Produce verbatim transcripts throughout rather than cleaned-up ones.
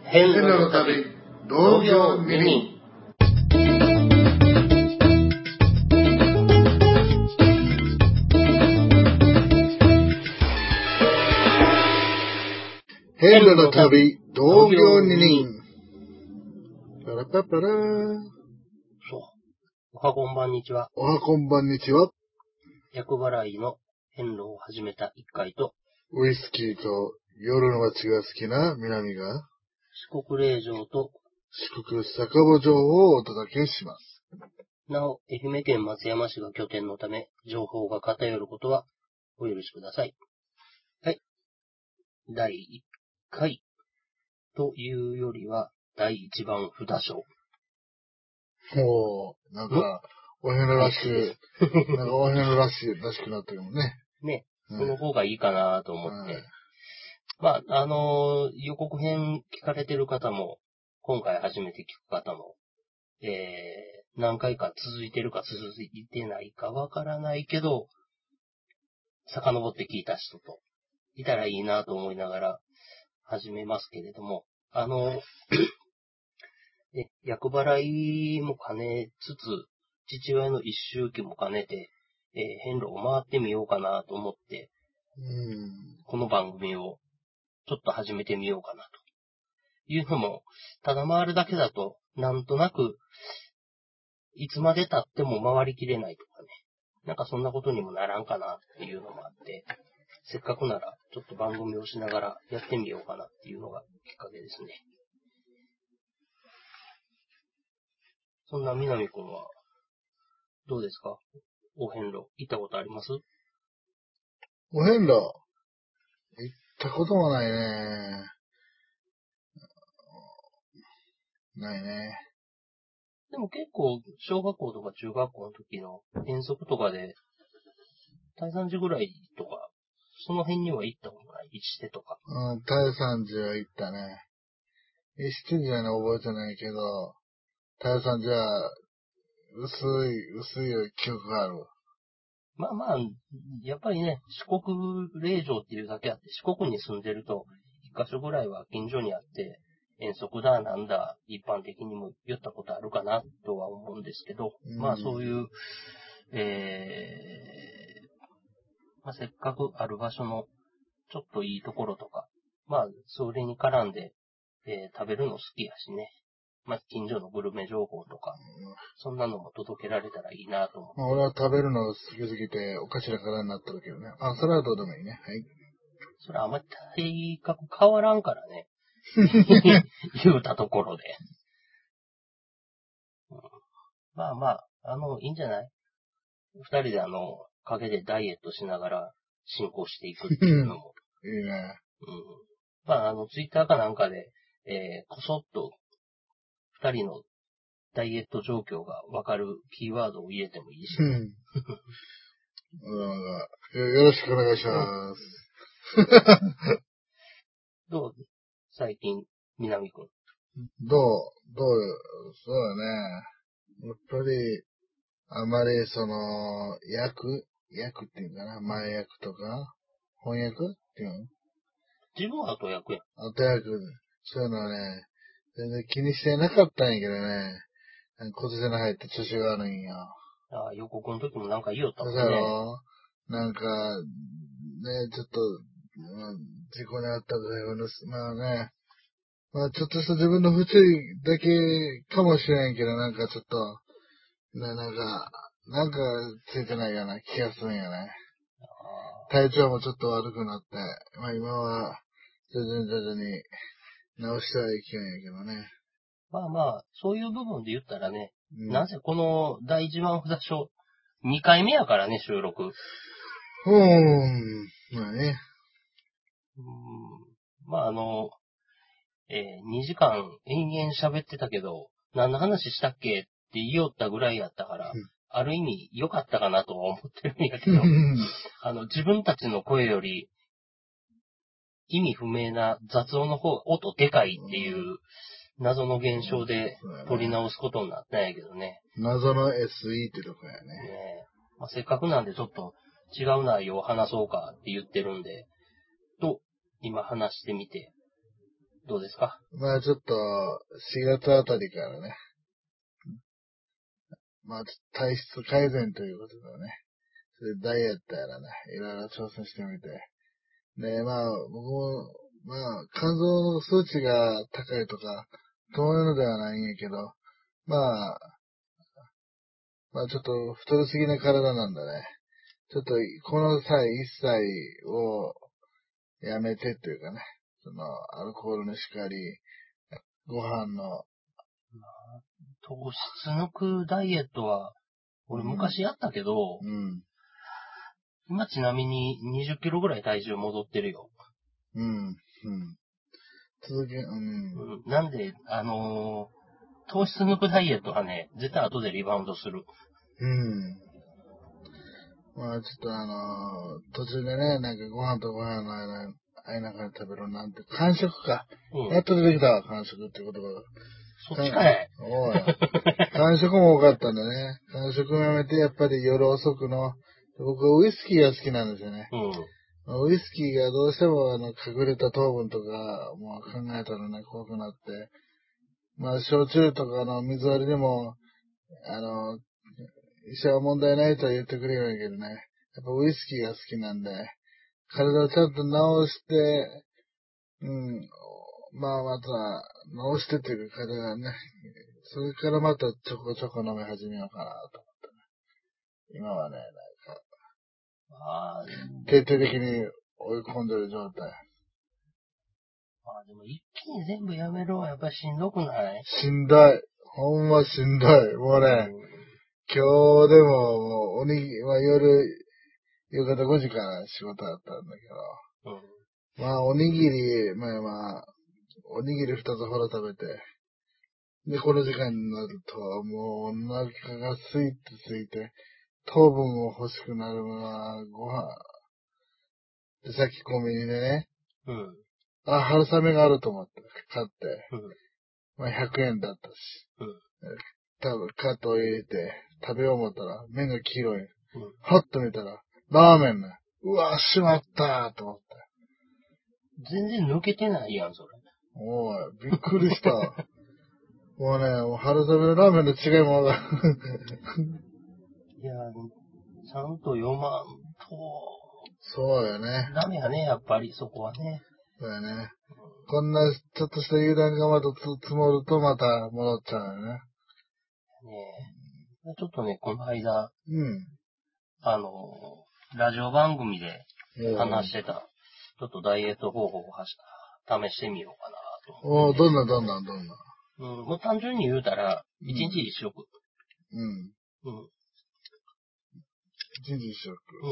遍路の旅、同業二人。遍路の旅、同業二人。パラパパラー。 そう。おはこんばんにちは。 おはこんばんにちは。 厄払いの遍路を始めた一回と、 ウイスキーと夜の街が好きな南が、 四国霊場と、 四国酒場情報をお届けします。 なお、愛媛県松山市が拠点のため、情報が偏ることはお許しください。はい。だいいっかいというよりは、だいいちばん札所。 もう、なんか、お遍路らしく、なんかお遍路らしい、らしくなってるもんね。 ね、 うん、 その方がいいかなと思って。うん、まあ、あのー、予告編聞かれてる方も、今回初めて聞く方も、えー、何回か続いてるか続いてないかわからないけど、遡って聞いた人と、いたらいいなと思いながら始めますけれども、あの、え、厄払いも兼ねつつ、父親の一周忌も兼ねて、えー、遍路を回ってみようかなと思って、 うん、 この番組をちょっと始めてみようかなというのも、ただ回るだけだと、なんとなく、いつまで経っても回りきれないとかね、なんかそんなことにもならんかなっていうのもあって、せっかくならちょっと番組をしながらやってみようかなっていうのがきっかけですね。そんな南くんは、どうですか？お遍路、行ったことあります？ お遍路、行ったこともないね。ないね。 でも結構、小学校とか中学校の時の遠足とかで、大三寺ぐらいとか、その辺には行ったことない？一してとか。 うん、大三寺は行ったね。一してじゃね、覚えてないけど、大三寺は、薄い、薄い記憶がある。 まあまあ、やっぱりね、四国霊場っていうだけあって、四国に住んでると、一箇所ぐらいは近所にあって、遠足だなんだ、一般的にも言ったことあるかなとは思うんですけど、 うん、 まあそういう、えー、まあ、せっかくある場所のちょっといいところとか、まあそれに絡んで、えー、食べるの好きやしね。まあ近所のグルメ情報とか、そんなのも届けられたらいいなと思って。 まあ、俺は食べるの好きすぎて、おかしな体になってるけどね。あ、それはどうでもいいね。はい。 それあんまり体格変わらんからね。言うたところで。うん、まあまあ、あの、いいんじゃない？二人であの、陰でダイエットしながら進行していくっていうのも。 いいね。 うん。まあ、あの、ツイッターかなんかで、えー、こそっと二人のダイエット状況がわかるキーワードを入れてもいいしね。 うん。よ, よろしくお願いします。 うん、どう最近、南くん。 どうどうそうだね。やっぱり、あまりその、役役っていうかな、前役とか、翻訳っていうの自分は後役や。 後役、そういうのはね、全然気にしてなかったんやけどね、今年に入って調子が悪いんよ。 ああ、予告の時もなんか言おったもんね。 だろなんか、ね、ちょっと、まあ、事故にあったぐらいは、まあね、まあちょっとした自分の不注意だけかもしれんけど、なんかちょっと、ね、なんか、なんかついてないような気がするんよね。体調もちょっと悪くなって、まあ今は、徐々に徐々に直してはいけんやけどね。 まあまあ、そういう部分で言ったらね、うん、なぜこの第一番札所、にかいめやからね、収録。 うーん、まあね。 うーんまああの、えー、にじかん延々喋ってたけど、何の話したっけって言いよったぐらいやったから、うん、ある意味良かったかなとは思ってるんやけど、あの、自分たちの声より、意味不明な雑音の方が音でかいっていう謎の現象で取り直すことになったんやけどね。 謎の エスイー ってとこやね。 ねまあ、せっかくなんでちょっと違う内容を話そうかって言ってるんで、と、今話してみて、 どうですか？ まあちょっと、しがつあたりからね、まあ体質改善ということでね、それでダイエットやらね、いろいろ挑戦してみて、で、まあ僕も、まあ肝臓の数値が高いとか、そういうのではないんやけど、まあ、まあちょっと太りすぎな体なんだね。ちょっと、この際一切をやめてっていうかね、その、アルコールのしかり、ご飯の、 糖質抜くダイエットは、俺昔やったけど、 うん、 今ちなみににじゅっキロぐらい体重戻ってるよ。 うん、うん。続け、うん。 うん、なんで、あのー、糖質抜くダイエットはね、絶対後でリバウンドする。 うん。まあちょっとあのー途中でね、なんかご飯とご飯の間、間から食べるなんて、間食か。 うん。 やっと出てきたわ、間食って言葉が。 そっちかい。 おい。間食も多かったんだね。間食もやめて、やっぱり夜遅くの、僕はウイスキーが好きなんですよね。 うん。 ウイスキーがどうしてもあの隠れた糖分とか、もう考えたらね、怖くなって、まあ、焼酎とかの水割りでも、あの、医者は問題ないとは言ってくれるんだけどね。やっぱウイスキーが好きなんで、体をちゃんと治して、うん、まあまた、治してっていうか体がね、それからまたちょこちょこ飲み始めようかなと思ってね。今はね、なんか、 あ徹底的に追い込んでる状態。 あ、でも一気に全部やめるはやっぱりしんどくない？ しんどい。ほんましんどい。もうね、今日でも、もう、おにぎ、まあ夜、夕方ごじから仕事だったんだけうん。うん。 ど、まあおにぎり、まあまあ、おにぎり二つほど食べて、で、この時間になると、もうお腹が空いて空いて、糖分も欲しくなるのは、ご飯。で、さっきコンビニでね、 うん。 あ、春雨があると思って買って、 うん。 まあひゃくえんだったし、 うん。 多分カットを入れて食べよう思ったら、麺が黄色い。 うん。 はっと見たら、ラーメンね。うわ、しまったーと思って。 全然抜けてないやん、それ。 おい、びっくりした。もうね、もう春雨のラーメンの違いもわかる。 いや、ちゃんと読まんと、 そうよね。 ダメやね、やっぱりそこはね。 そうやね。こんなちょっとした油断がまたつ積もるとまた戻っちゃうよね。 ねえ。ちょっとね、この間、 うん。 あの、ラジオ番組で話してた。 た、ちょっとダイエット方法をはし試してみようかなとおお、 思って、 どんなどんなどんな。 うん、もう単純に言うたら、 うん一日一食。 うん。 うん。 一日一食。 うん。 うん。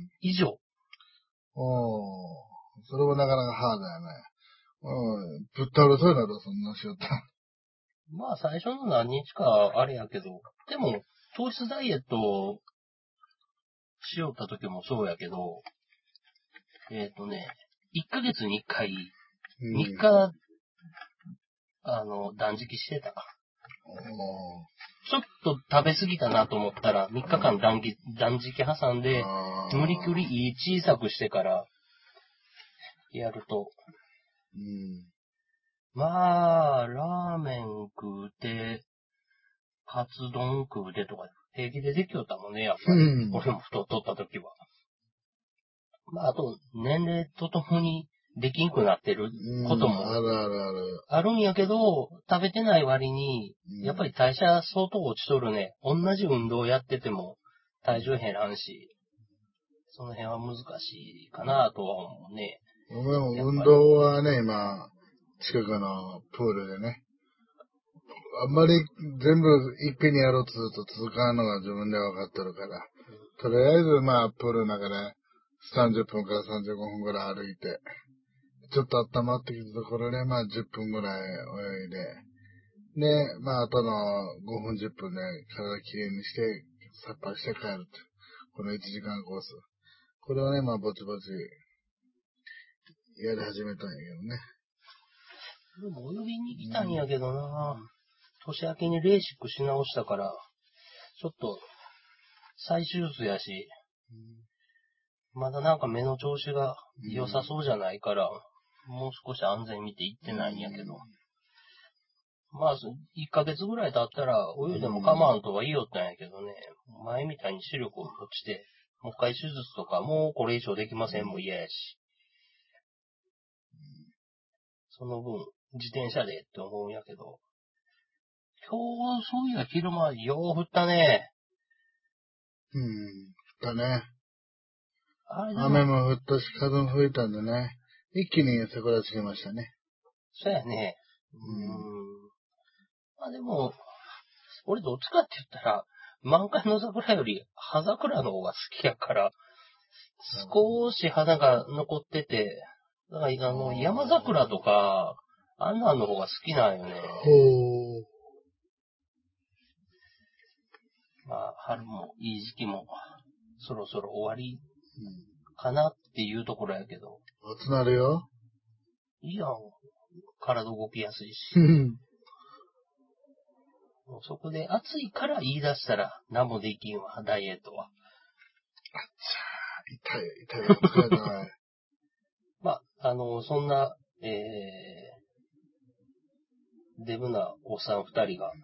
以上。 おお、それもなかなかハードやね。うん。ぶっ倒れそうになるそんなしよったら。 まあ最初の何日かあれやけど、でも糖質ダイエットをしよった時もそうやけど、えっ、とね、いっかげつにいっかい、 うん。 みっか、あの、断食してた。 おちょっと食べ過ぎたなと思ったら、みっかかん断食断食挟んで、 あー無理くり胃小さくしてから、やると、 うん。 まあ、ラーメン食うて、カツ丼食うてとか、平気でできよったもんね、やっぱり。 うん俺も太っとった時は。まあ、あと、年齢とともにできんくなってることうん。 もあるあるある。 あるんやけど、食べてない割に、 うんやっぱり代謝相当落ちとるね。同じ運動やってても体重減らんし、その辺は難しいかなとは思うね。 俺もやっぱり運動はね、今、近くのプールでね、あんまり全部いっぺんにやろうとすると続かんのが自分で分かってるから、とりあえずまあ、プールの中でさんじゅっぷんからさんじゅうごふんぐらい歩いて、ちょっと温まってきたところでまあじゅっぷんぐらい泳いで、で、まああとのごふんじゅっぷんで体きれいにして、さっぱりして帰ると。このいちじかんコース。これをね、まあぼちぼちやり始めたんやけどね。 でも泳ぎに来たんやけどな、年明けにレーシックし直したから、ちょっと再手術やし、まだなんか目の調子が良さそうじゃないから、 もう少し安全見て行ってないんやけど。まあ、いっかげつぐらい経ったら、泳いでも構わんとは言いよったんやけどね、前みたいに視力落ちて、もう一回手術とか、もうこれ以上できませんも嫌やし。その分、自転車でって思うんやけど、今日、そういや昼間、よう降ったね。 うん、降ったね。 あれでも雨も降ったし、風も吹いたんでね、一気に桜散りましたね。 そうやね。うーん。まあでも、俺どっちかって言ったら、満開の桜より葉桜の方が好きやから、少し花が残ってて、だからあの、山桜とか、あんなんの方が好きなんよね。 ほー。 まあ、春もいい時期も、そろそろ終わりうん、 かなっていうところやけど。 暑なるよ。 いいやん。体動きやすいし。もうそこで暑いから言い出したら何もできんわ、ダイエットは。 あっちゃー、痛い、痛い、疲れたな。 まあ、あの、そんな、えー、デブなおっさん二人が、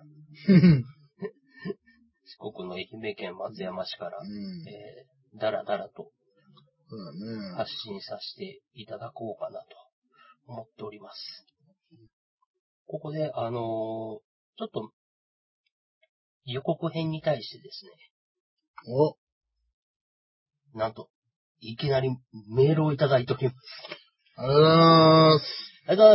四国の愛媛県松山市から、 うん、 えー、だらだらとそうだね。 発信させていただこうかなと思っております。ここで、あのーちょっと予告編に対してですね、 お、 なんと、いきなりメールをいただいております。 ありがとうございます。 ありがとうございます。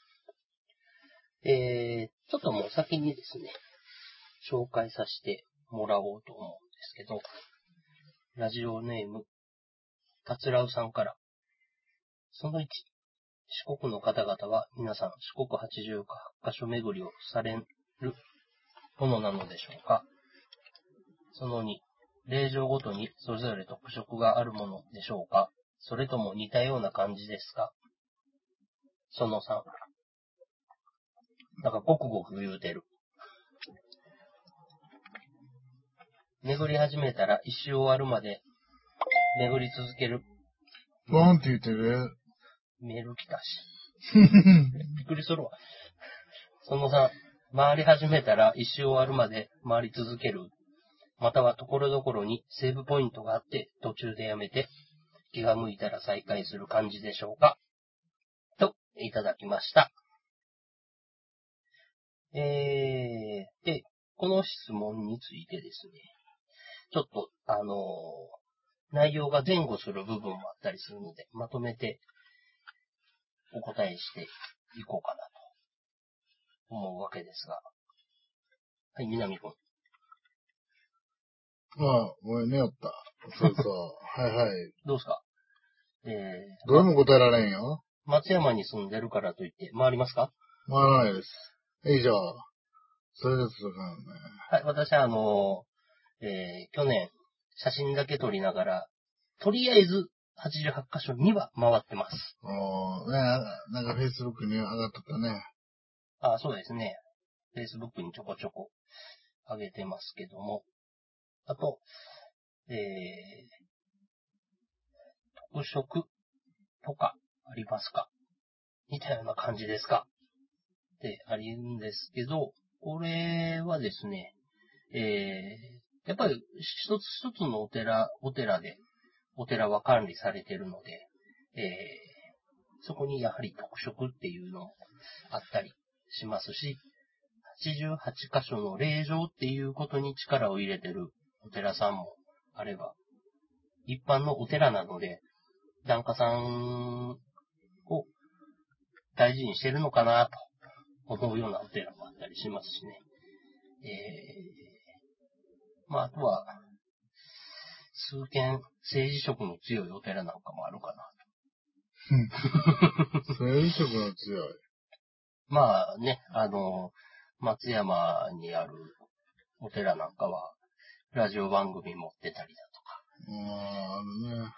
えー、ちょっともう先にですね、紹介させてもらおうと思うんですけど、ラジオネーム、たつらうさんから、そのいち、四国の方々は皆さん四国八十八箇所巡りをされるものなのでしょうか。そのに、霊場ごとにそれぞれ特色があるものでしょうか。それとも似たような感じですか。そのさん、なんかごくごく言うてる。巡り始めたら一周終わるまで巡り続ける。 ボンって言ってる。 メール来たし。びっくりするわ。そのさん、回り始めたら一周終わるまで回り続ける。またはところどころにセーブポイントがあって途中でやめて気が向いたら再開する感じでしょうか。と、いただきました。えー、で、この質問についてですね、ちょっと、あのー、内容が前後する部分もあったりするので、まとめてお答えしていこうかなと思うわけですが。はい、南君。 ああ、ごめんね、おった。そうそう。はいはい。 どうですか。えー、 どれも答えられんよ。 松山に住んでるからといって回りますか。 回らないです。以上。それですかね。 はい、私はあのー、えー、去年、写真だけ撮りながら、とりあえずはちじゅうはち箇所には回ってます。 おー、ね、なんか Facebook に上がっとったね。 あ、そうですね。Facebook にちょこちょこ上げてますけども。あと、えー、特色とかありますかみたいな感じですかってありるんですけど、これはですね、えー、やっぱり一つ一つのお寺、お寺で、お寺は管理されているので、えー、そこにやはり特色っていうのもあったりしますし、はちじゅうはち箇所の霊場っていうことに力を入れてるお寺さんもあれば、一般のお寺なので、檀家さんを大事にしてるのかなと思うようなお寺もあったりしますしね。えー、まあ、あとは、数軒政治色の強いお寺なんかもあるかなと。政治色の強い。 まあね、あの、松山にあるお寺なんかは、ラジオ番組持ってたりだとか。 ああ、あるね。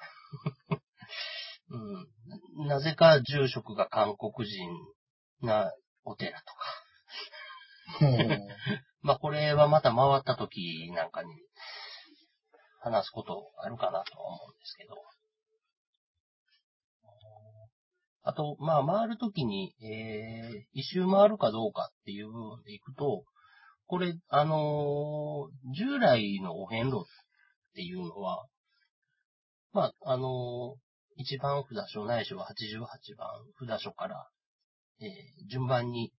うん、なぜか住職が韓国人なお寺とか。まあこれはまた回った時なんかに話すことあるかなとは思うんですけど。 あと、まあ、回るときに、えー、一周回るかどうかっていう部分でいくと、これ、あのー従来のお遍路っていうのは、まあ、あのー一番札所ないしははちじゅうはちばん札所から、えー順番に、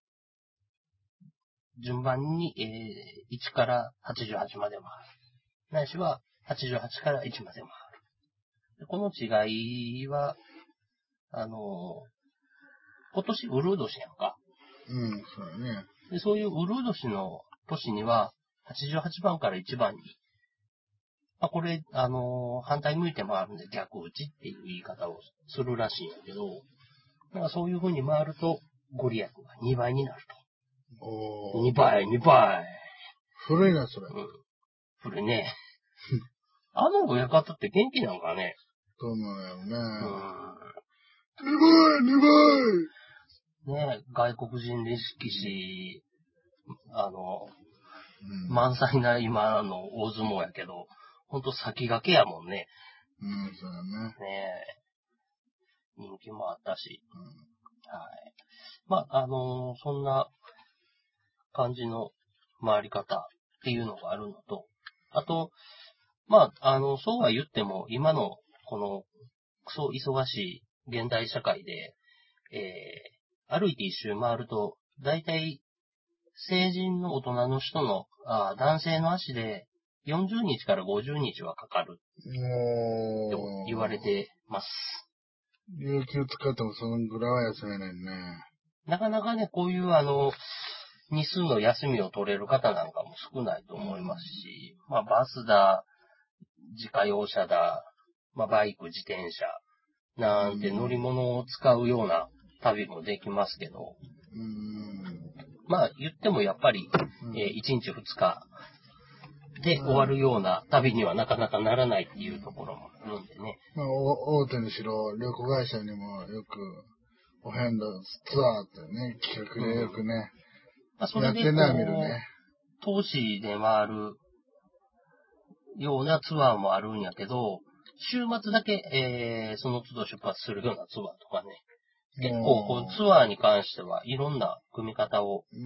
順番に、えーいちからはちじゅうはちまで回る。ないしははちじゅうはちからいちまで回る。でこの違いは、あのー今年ウルー年やんか。 うん、そうだね。 で、そういうウルー年の年には、はちじゅうはちばんからいちばんに、まあ、これ、あのー反対向いて回るんで逆打ちっていう言い方をするらしいんやけど、なんかそういう風に回ると、ご利益がにばいになると。 おー。 にばい、にばい。 古いな、それ。 うん。これね。あの親方って元気なんかね。 そうなんやろね。 うん。 にばい、にばい。 ね、外国人力士、あの、 うん。 満載な今の大相撲やけど、ほんと先駆けやもんね。 うん、そうだね。 ねえ。人気もあったし。 うん。 はい。まあ、あのーそんな感じの回り方っていうのがあるのと、あと、まあ、あの、そうは言っても、今の、この、クソ忙しい現代社会で、えー、歩いて一周回ると、だいたい成人の大人の人の、あ男性の足でよんじゅうにちからごじゅうにちはかかるともう、 言われてます。 有給使ってもそのぐらいは休めないね。 なかなかね、こういうあの、日数の休みを取れる方なんかも少ないと思いますし、まあバスだ、自家用車だ、まあバイク、自転車、なんて乗り物を使うような旅もできますけど、 うーん。 まあ言ってもやっぱり、 うんえー、いちにちふつかで終わるような旅にはなかなかならないっていうところもあるんでね。 まあ、お大手にしろ、旅行会社にもよく、お遍路ツアーってね、企画でよくね、 まあ、それでやってんのはこ見るね。 う、投資で回るようなツアーもあるんやけど、週末だけ、えー、その都度出発するようなツアーとかね。結構こうツアーに関してはいろんな組み方をうん。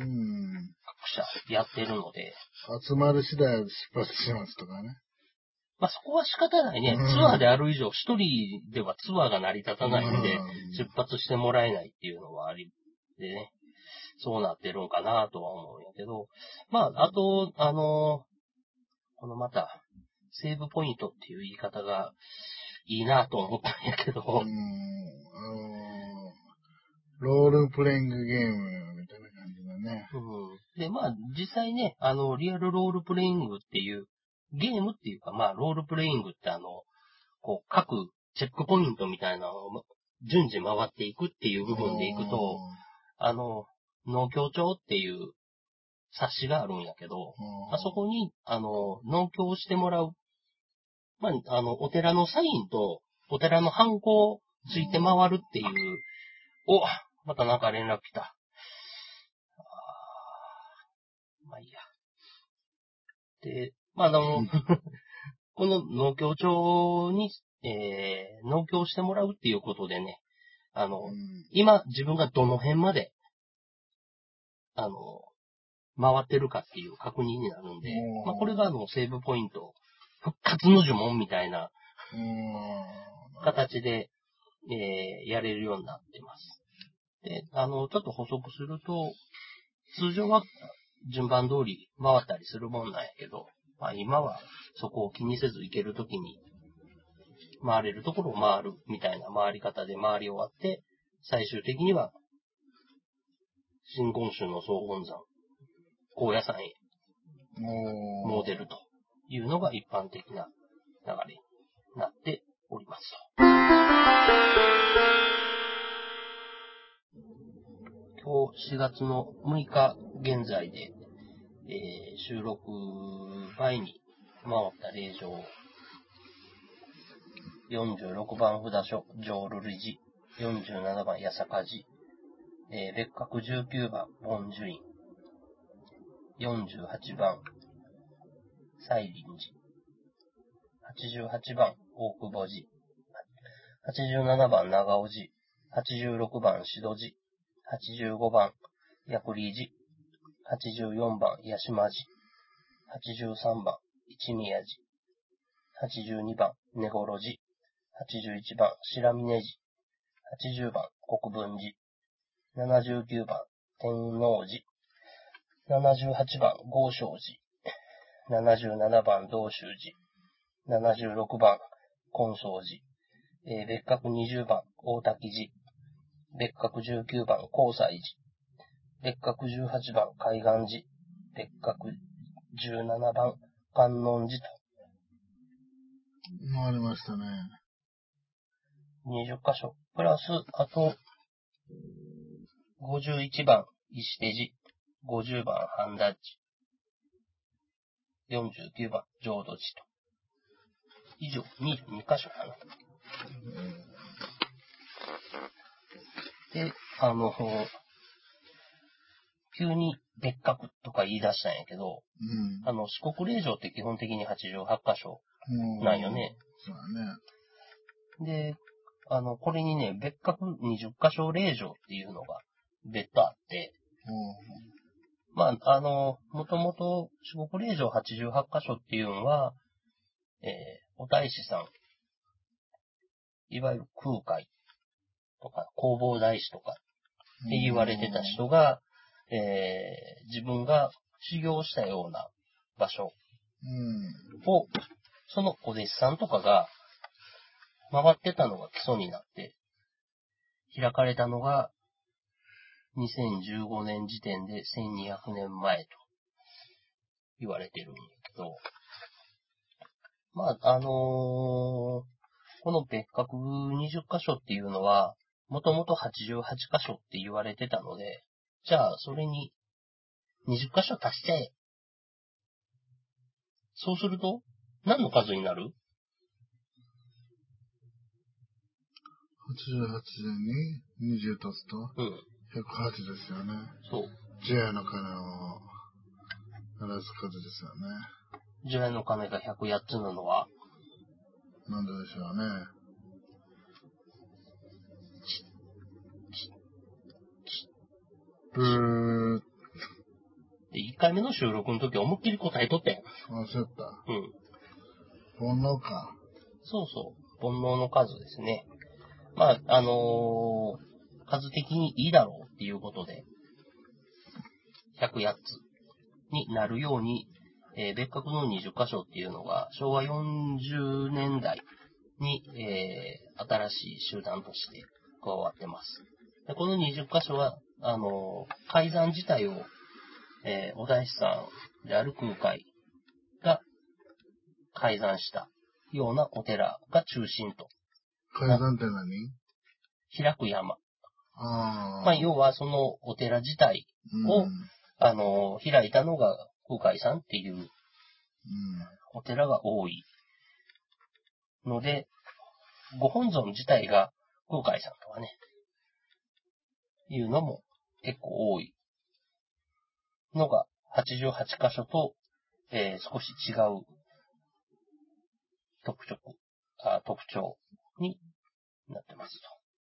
各社やってるので、 集まる次第出発しますとかね。 まあそこは仕方ないね。 うんツアーである以上一人ではツアーが成り立たないんで、 うん出発してもらえないっていうのはありでね。そうなってるんかなとは思うんやけど。まあ、あと、あの、このまた、セーブポイントっていう言い方がいいなと思ったんやけど、 うん。あのー、ロールプレイングゲームみたいな感じだね。 うん。で、まあ、実際ね、あの、リアルロールプレイングっていう、ゲームっていうか、まあ、ロールプレイングってあの、こう、各チェックポイントみたいなのを順次回っていくっていう部分でいくと、あの、農協帳っていう冊子があるんやけど、あそこに、あの、農協をしてもらう、まあ、あの、お寺のサインと、お寺のハンコをついて回るっていう、お、またなんか連絡来た。まあいいや。で、まあ、あの、この農協帳に、えー、農協してもらうっていうことでね、あの、 うん、 今自分がどの辺まで、あの、回ってるかっていう確認になるんで、まあこれがあの、セーブポイント、復活の呪文みたいな形で、えー、やれるようになってます。で、あの、ちょっと補足すると、通常は順番通り回ったりするもんなんやけど、まあ今はそこを気にせず行けるときに回れるところを回るみたいな回り方で回り終わって、最終的には真言宗の総本山、高野山へ詣るというのが一般的な流れになっております。今日しがつのむいか現在で、えー、収録前に回った霊場、よんじゅうろくばん札所、浄瑠璃寺、よんじゅうななばん八坂寺、えー、別格じゅうきゅうばん梵珠院、よんじゅうはちばん西林寺、はちじゅうはちばん大久保寺、はちじゅうななばん長尾寺、 はちじゅうろくばん、しどじ。はちじゅうごばん、やくりじ。はちじゅうよんばん、やしまじ。はちじゅうさんばん、いちみやじ。はちじゅうにばん、ねごろじ。はちじゅういちばん、しらみねじ。はちじゅうばん、こくぶんじ。ななじゅうきゅうばん、天王寺。ななじゅうはちばん、豪昌寺。ななじゅうななばん、道州寺。ななじゅうろくばん、金宗寺。えー、別格にじゅうばん、大滝寺。別格じゅうきゅうばん、高西寺。別格じゅうはちばん、海岸寺。別格じゅうななばん、観音寺と。 回りましたね。 にじゅっかしょ。プラス、あと、ごじゅういちばん、石手寺。ごじゅうばん、半田寺。よんじゅうきゅうばん、浄土寺と。以上、にじゅうにかしょかな。で、あの、急に別格とか言い出したんやけど、 うん。 あの、四国霊場って基本的にはちじゅうはちかしょなんよね。 そうだね。 で、あの、これにね、別格にじゅっかしょ霊場っていうのが別途あって、まあ、あの、もともと四国霊場はちじゅうはちかしょっていうのは、えー、お大師さん、いわゆる空海とか、弘法大師とかって言われてた人が、えー、自分が修行したような場所を、そのお弟子さんとかが回ってたのが基礎になって、開かれたのがにせんじゅうごねん時点でせんにひゃくねんまえと言われてるんだけど、まあ、あのー、この別格にじゅっかしょっていうのは、もともとはちじゅうはちかしょって言われてたので、じゃあそれににじゅっかしょ足しちゃえ。そうすると、何の数になる？ はちじゅうはちににじゅう足すと、 うん。 ひゃくはちですよね。 そう。 除夜の鐘を鳴らす数ですよね。 除夜の鐘がひゃくはちつなのはなんででしょうね。ブー。 で、いっかいめの収録の時思いっきり答えとってん。 忘れた。 うん。 煩悩か。 そうそう。煩悩の数ですね。まあ、あのー、数的にいいだろうっていうことで、ひゃくはちつになるように、えー別格のにじゅっかしょっていうのが、しょうわよんじゅうねんだいに、えー新しい集団として加わってます。でこのにじゅっかしょは、あのー、改ざん自体を、えーお大師さんである空海が改ざんしたようなお寺が中心と。 改ざんって何？ 開く山。 ああ。 まあ、要はそのお寺自体を、 うん、 あの、開いたのが空海さんっていううん、 お寺が多いので、ご本尊自体が空海さんとかね、いうのも結構多いのがはちじゅうはちかしょと、えー少し違う特徴あ、特徴になってます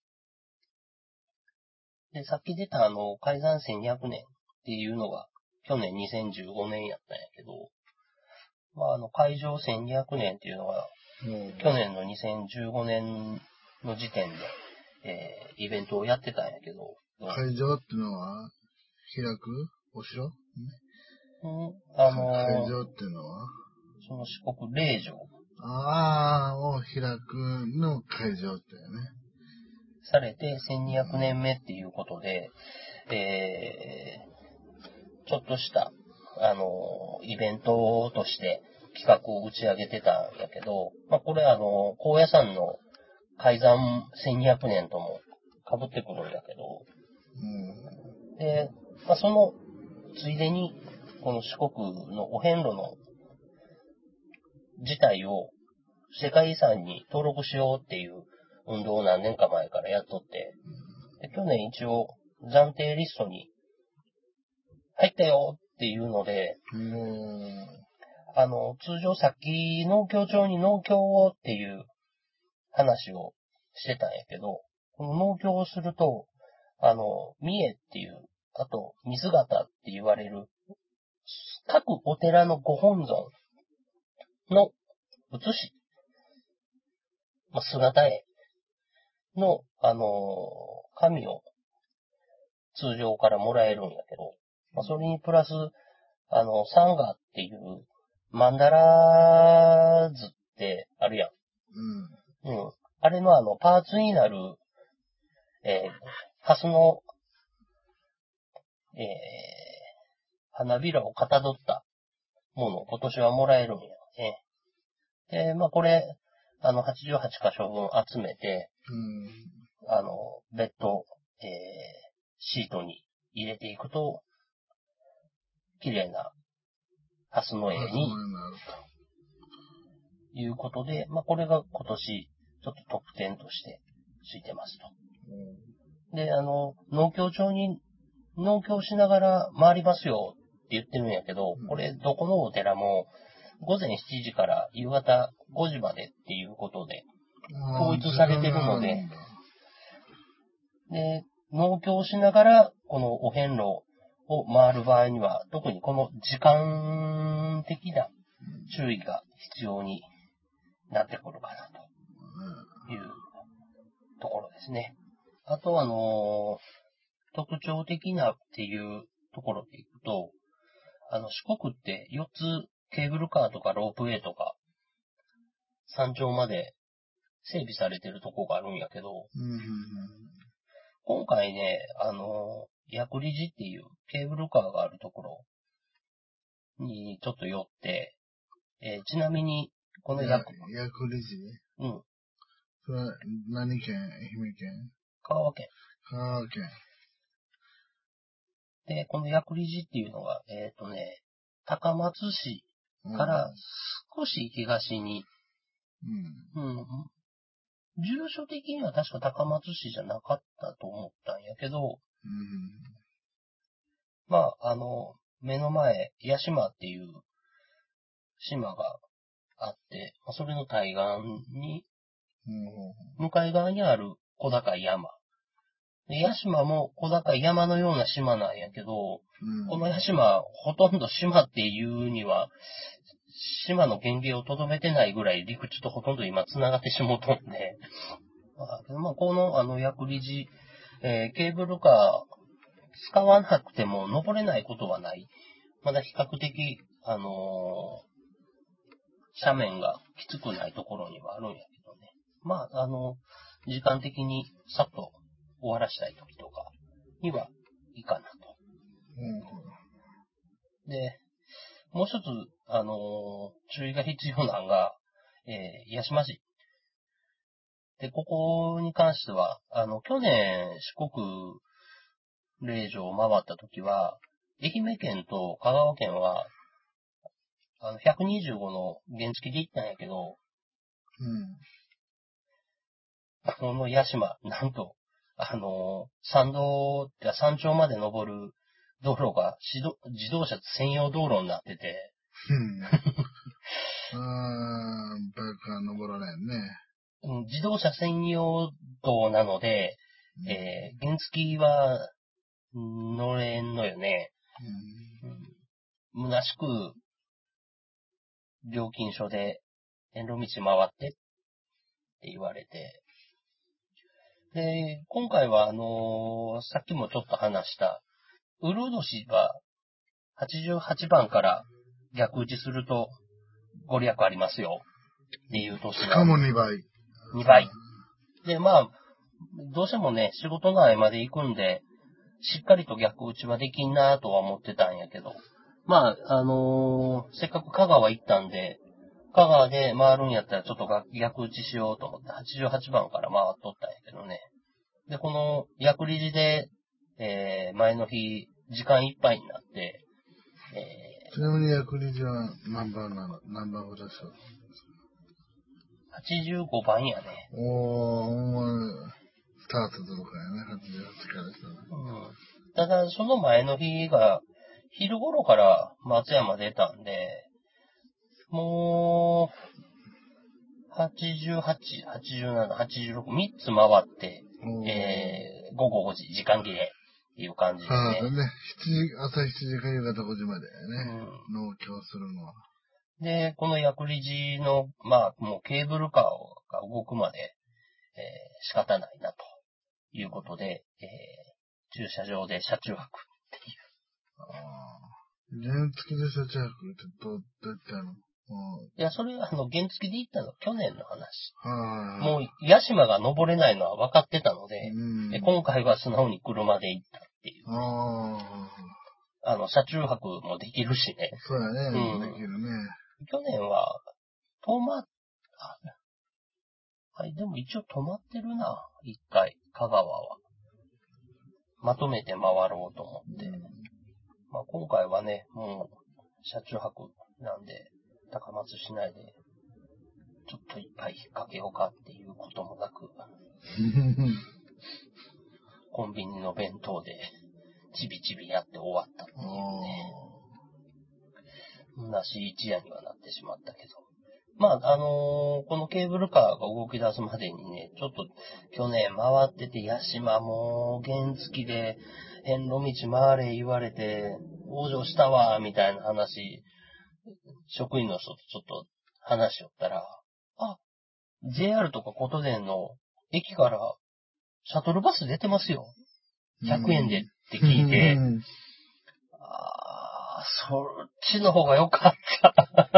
と。で、さっき出たあの、改ざんせんにひゃくねんっていうのが去年にせんじゅうごねんやったんやけど、まあ、あの、開場せんにひゃくねんっていうのが、去年のにせんじゅうごねんの時点で、えー、イベントをやってたんやけど。 会場ってのは、開くお城、ね、 うん、あのー、 会場っていうのはその四国霊場。 ああ、を開くの会場ってね。 されてせんにひゃくねんめっていうことで、えー、ちょっとした、あのー、イベントとして企画を打ち上げてたんやけど、まあ、これあのー、高野山の開山せんにひゃくねんとも被ってくるんだけど、 うん、 で、まあ、そのついでに、この四国のお遍路の自体を世界遺産に登録しようっていう運動を何年か前からやっとって、で去年一応暫定リストに入ったよっていうので、 もう、 あの、通常さっき農協長に農協をっていう話をしてたんやけど、 この農協をすると、あの、三重っていう、あと、水形って言われる、各お寺のご本尊の写し、まあ、姿絵の、あのー紙を通常からもらえるんやけど、まあ、それにプラス、あの、サンガっていうマンダラ図ってあるやん。うん。うん。あれのあの、パーツになる、えー、ハスの、えー、花びらをかたどったものを今年はもらえるんやね。で、まあこれ、あの、はちじゅうはち箇所分集めて、 うん。 あの、別途、えー、シートに入れていくと、綺麗なハスの絵に、いうことで、まあこれが今年、ちょっと特典としてついてますと。うん、で、あの、農協町に、農協しながら回りますよって言ってるんやけど、これどこのお寺も、午前しちじから夕方ごじまでっていうことで、統一されてるので、で、農協しながら、このお遍路を回る場合には、特にこの時間的な注意が必要になってくるかなというところですね。あと、あの、特徴的なっていうところでいくと、あの、四国ってよっつケーブルカーとかロープウェイとか、山頂まで整備されてるとこがあるんやけど、うんうんうん、今回ね、あの、薬理寺っていうケーブルカーがあるところにちょっと寄って、えー、ちなみに、この薬、 薬理寺うん。それは何県？愛媛県？ 香川県。 香川県。 で、この薬理寺っていうのが、えっとね、高松市から少し東に、うん。うん。住所的には確か高松市じゃなかったと思ったんやけど、うん、まあ、あの、目の前、屋島っていう島があって、それの対岸に、向かい側にある小高い山。で、屋島も小高い山のような島なんやけど、うん、この屋島、ほとんど島っていうには、島の原型をとどめてないぐらい陸地とほとんど今繋がってしもうとんで、まあ、この、あの、薬理寺、えー、ケーブルカー使わなくても登れないことはない。まだ比較的、あのー、斜面がきつくないところにはあるんやけどね。まあ、あのー、時間的にさっと終わらしたい時とかにはいいかなと。うん、で、もう一つ、あのー、注意が必要なのが、えー、八島市。で、ここに関しては、あの、去年四国霊場を回った時は、愛媛県と香川県は、あの、ひゃくにじゅうごの原付で行ったんやけど、うん。この屋島、なんと、あの、山道、山頂まで登る道路が自動車専用道路になってて、うん。あー、バイクは登らないね。 自動車専用道なので、うん、えー、原付は乗れんのよね。うん、虚しく、料金所で遠路道回ってって言われて。で、今回はあのー、さっきもちょっと話した、ウルード氏ははちじゅうはちばんから逆打ちするとご利益ありますよっていう年しかもにばい。 にばい。で、まあ、どうしてもね、仕事の合間で行くんで、しっかりと逆打ちはできんなとは思ってたんやけど、まあ、あのー、せっかく香川行ったんで、香川で回るんやったらちょっと逆打ちしようと思ってはちじゅうはちばんから回っとったんやけどね。で、この薬理寺で、えー、前の日、時間いっぱいになって、 えー、ちなみに薬理寺は何番なの？何番ほどしたの？ はちじゅうごばんやね。 おー、ほんまに、スタートとかやね、はちじゅうはちからしたら。 うん。ただ、その前の日が、昼頃から松山出たんで、もう、はちじゅうはち、はちじゅうなな、はちじゅうろく、みっつ回って、 えー、午後ごじ、時間切れっていう感じでね。 ああ、ね。しちじ、朝しちじから夕方ごじまでね。うん、農協するのは。 で、この薬理寺の、まあ、もうケーブルカーが動くまで、えー、仕方ないなということで、えー、駐車場で車中泊っていう。 ああ。原付で車中泊ってどう、どうやってやるの？ いや、それはあの、原付で行ったのは去年の話。 はい。 もう、屋島が登れないのは分かってたので、 うん、 で今回は素直に車で行ったっていう、ね。 ああの、車中泊もできるしね。 そうやね。 うん、 できるね。 去年は、泊まっ、あ、はい、でも一応泊まってるな、一回、香川は。まとめて回ろうと思って。うん、まあ、今回はね、もう、車中泊なんで、高松市内で、ちょっといっぱい引っ掛けようかっていうこともなく、コンビニの弁当で、ちびちびやって終わったっていうね。なし一夜にはなってしまったけど。まあ、あのー、このケーブルカーが動き出すまでにね、ちょっと去年回ってて、屋島も原付で、遍路道回れ言われて、往生したわ、みたいな話、職員の人とちょっと話しよったら、あ、ジェイアール とかことでんの駅からシャトルバス出てますよ。ひゃくえんでって聞いて、あー、そっちの方が良かった。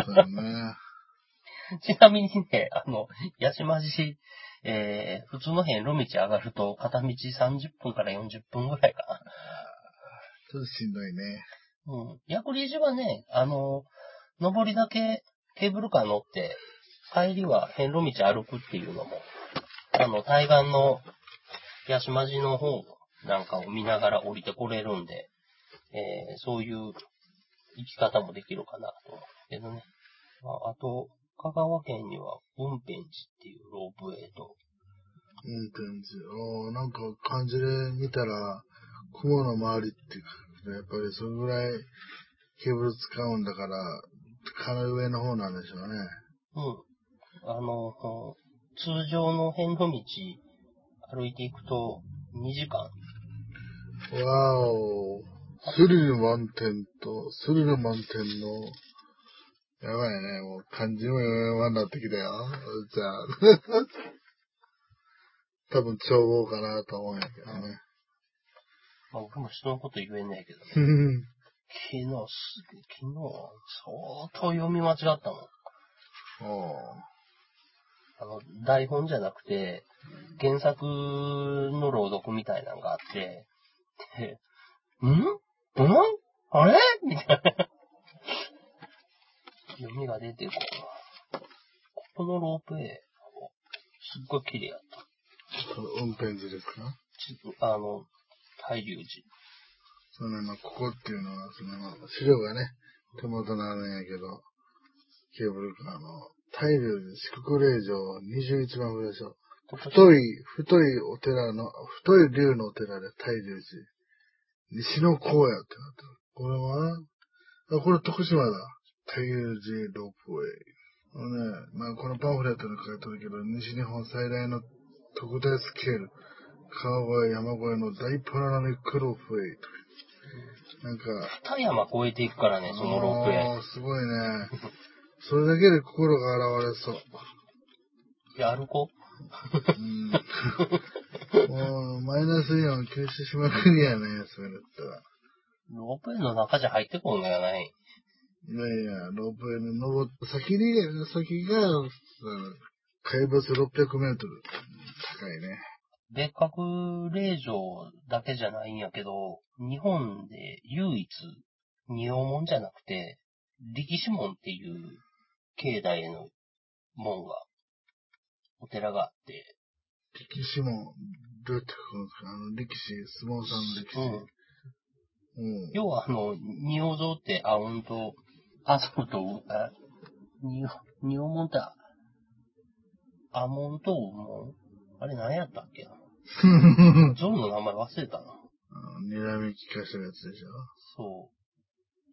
そうだね。ちなみにね、あの、八島市、えー、普通の辺路道上がると片道さんじゅっぷんからよんじゅっぷんぐらいかな。 ちょっとしんどいね。 うん。薬理寺はね、あの、上りだけケーブルカー乗って、帰りは辺路道歩くっていうのも、あの、対岸の八島寺の方なんかを見ながら降りてこれるんで、えー、そういう生き方もできるかなと思うんですけどね。まあ、あと、香川県には、雲辺寺っていうロープウェイと。 雲辺寺。ああ、なんか漢字で見たら、雲の周りっていうか、やっぱりそれぐらいケーブル使うんだから、かなり上の方なんでしょうね。 うん。あの、通常の辺路道歩いていくとにじかん。 わーお。スリル満点と、スリル満点の、やばいね。もう漢字も読めまんなってきたよ。じゃあ。多分帳簿かなと思うんやけどね。 まあ僕も人のこと言えないけどね。昨日、昨日、相当読み間違ったもん。あの、台本じゃなくて、原作の朗読みたいなのがあって、で、んんあれみたいな。読みが出てこう。ここのロープウェイ、すっごい綺麗やった。 雲辺寺ですか？ あの、大龍寺。 そのまあ、ここっていうのは、その資料がね、手元にあるんやけど、ケーブルカーの大龍寺四国霊場にじゅういちばん上でしょ。太い、太いお寺の、太い龍のお寺で大龍寺。西の荒野ってなってる。これは、あ、これ徳島だ。大龍寺ロープウェイ。あのね、まあこのパンフレットに書いてあるけど、西日本最大の特大スケール。川越、山越えの大パノラミックロープウェイ。なんか。 二山越えていくからね、そのロープウェイ。 ああ、すごいね。それだけで心が現れそう。 いや、歩こう。うん。もう、マイナスイオン吸収しまくりやね、それだったら。 ロープウェイの中じゃ入ってこんのやない。 いやいや、ロープウェイに登った先に、先が、海抜ろっぴゃくメートル。高いね。 別格霊場だけじゃないんやけど、日本で唯一、仁王門じゃなくて、力士門っていう境内への門が、お寺があって。 力士門、どうやって書くんですか？あの、力士、相撲さんの力士。 うん。うん、要はあの、仁王像って、あ、ほんと、あ、そうと、あ、仁王門って、あ門と門あれ何やったっけな像の名前忘れたな。 睨み聞かせるやつでしょ。 そう。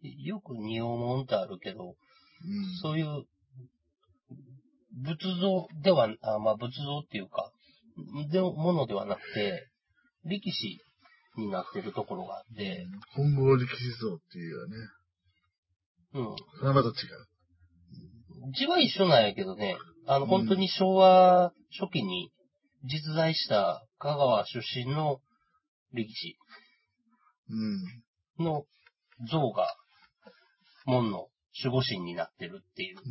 よく仁王門ってあるけど、うん、そういう、仏像では、あまあ仏像っていうか、 でものではなくて、力士になってるところがあって。 本郷力士像っていうよね。 うん。 それはまた違う。 字は一緒なんやけどね、あの、本当に昭和初期に実在した香川出身の力士の像が門の守護神になってるっていう。 うん。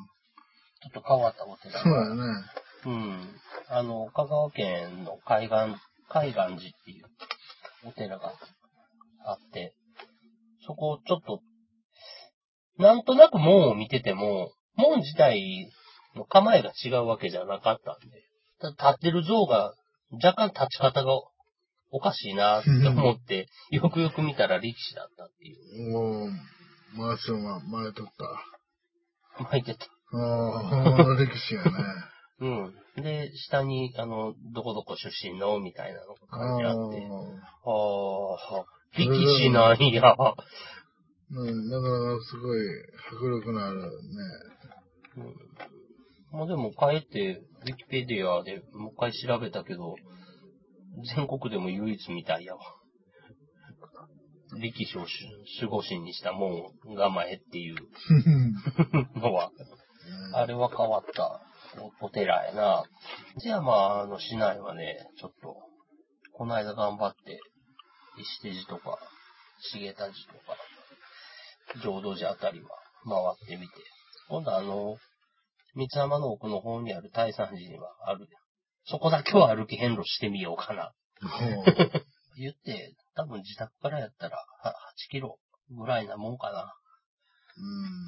ちょっと変わったお寺が。 そうだね。 うん。あの、香川県の海岸、海岸寺っていうお寺があって、そこちょっと、なんとなく門を見てても、門自体の構えが違うわけじゃなかったんで、ただ立ってる像が若干立ち方がおかしいなって思って、よくよく見たら力士だったっていう。 もう、回しを回れとった。 巻いてた。 ああ、本物力士やね。 うん。で、下に、あの、どこどこ出身のみたいなのが書いてあって。ああ、力士なんや。 うん、だからすごい迫力のあるね。 うん、まあでも、帰って、ウィキペディアでもう一回調べたけど、全国でも唯一みたいやわ。力士を守護神にした門構えっていうのは、あれは変わったお寺やな。じゃあまあ、あの市内はね、ちょっと、この間頑張って、石手寺とか、重田寺とか、浄土寺あたりは回ってみて、今度あの、三つ浜の奥の方にある大山寺にはある。そこだけは歩き遍路してみようかな。言って、多分自宅からやったらはちキロぐらいなもんかな。うん。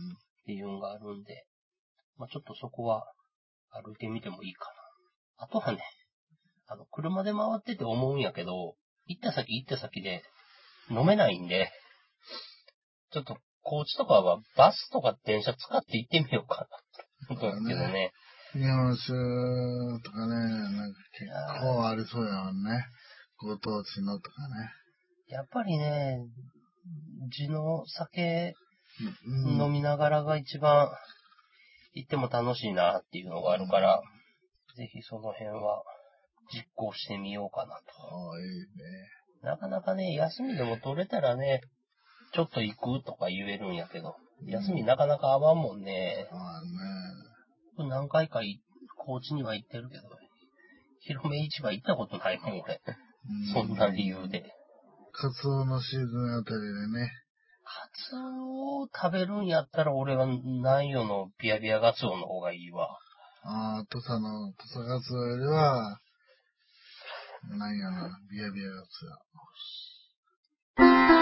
っていうのがあるんで、まあちょっとそこは歩いてみてもいいかな。あとはね、あの、車で回ってて思うんやけど、行った先行った先で飲めないんで、ちょっと高知とかはバスとか電車使って行ってみようかな。と思うけどね。 日本酒とかね、なんか結構ありそうやもんね。ご当地のとかね。 やっぱりね、地の酒飲みながらが一番行っても楽しいなっていうのがあるから、うん、ぜひその辺は実行してみようかなと。 ああ、いいね。なかなかね、休みでも取れたらね、ちょっと行くとか言えるんやけど、休みなかなか合わんもんね。 ああね。何回か高知には行ってるけど、広め市場行ったことないもん、俺。そんな理由で。 カツオのシーズンあたりでね。 カツオを食べるんやったら俺は南予のビアビアガツオの方がいいわ。 ああ、土佐の、土佐ガツオよりは、なんやな、ビアビアガツオ。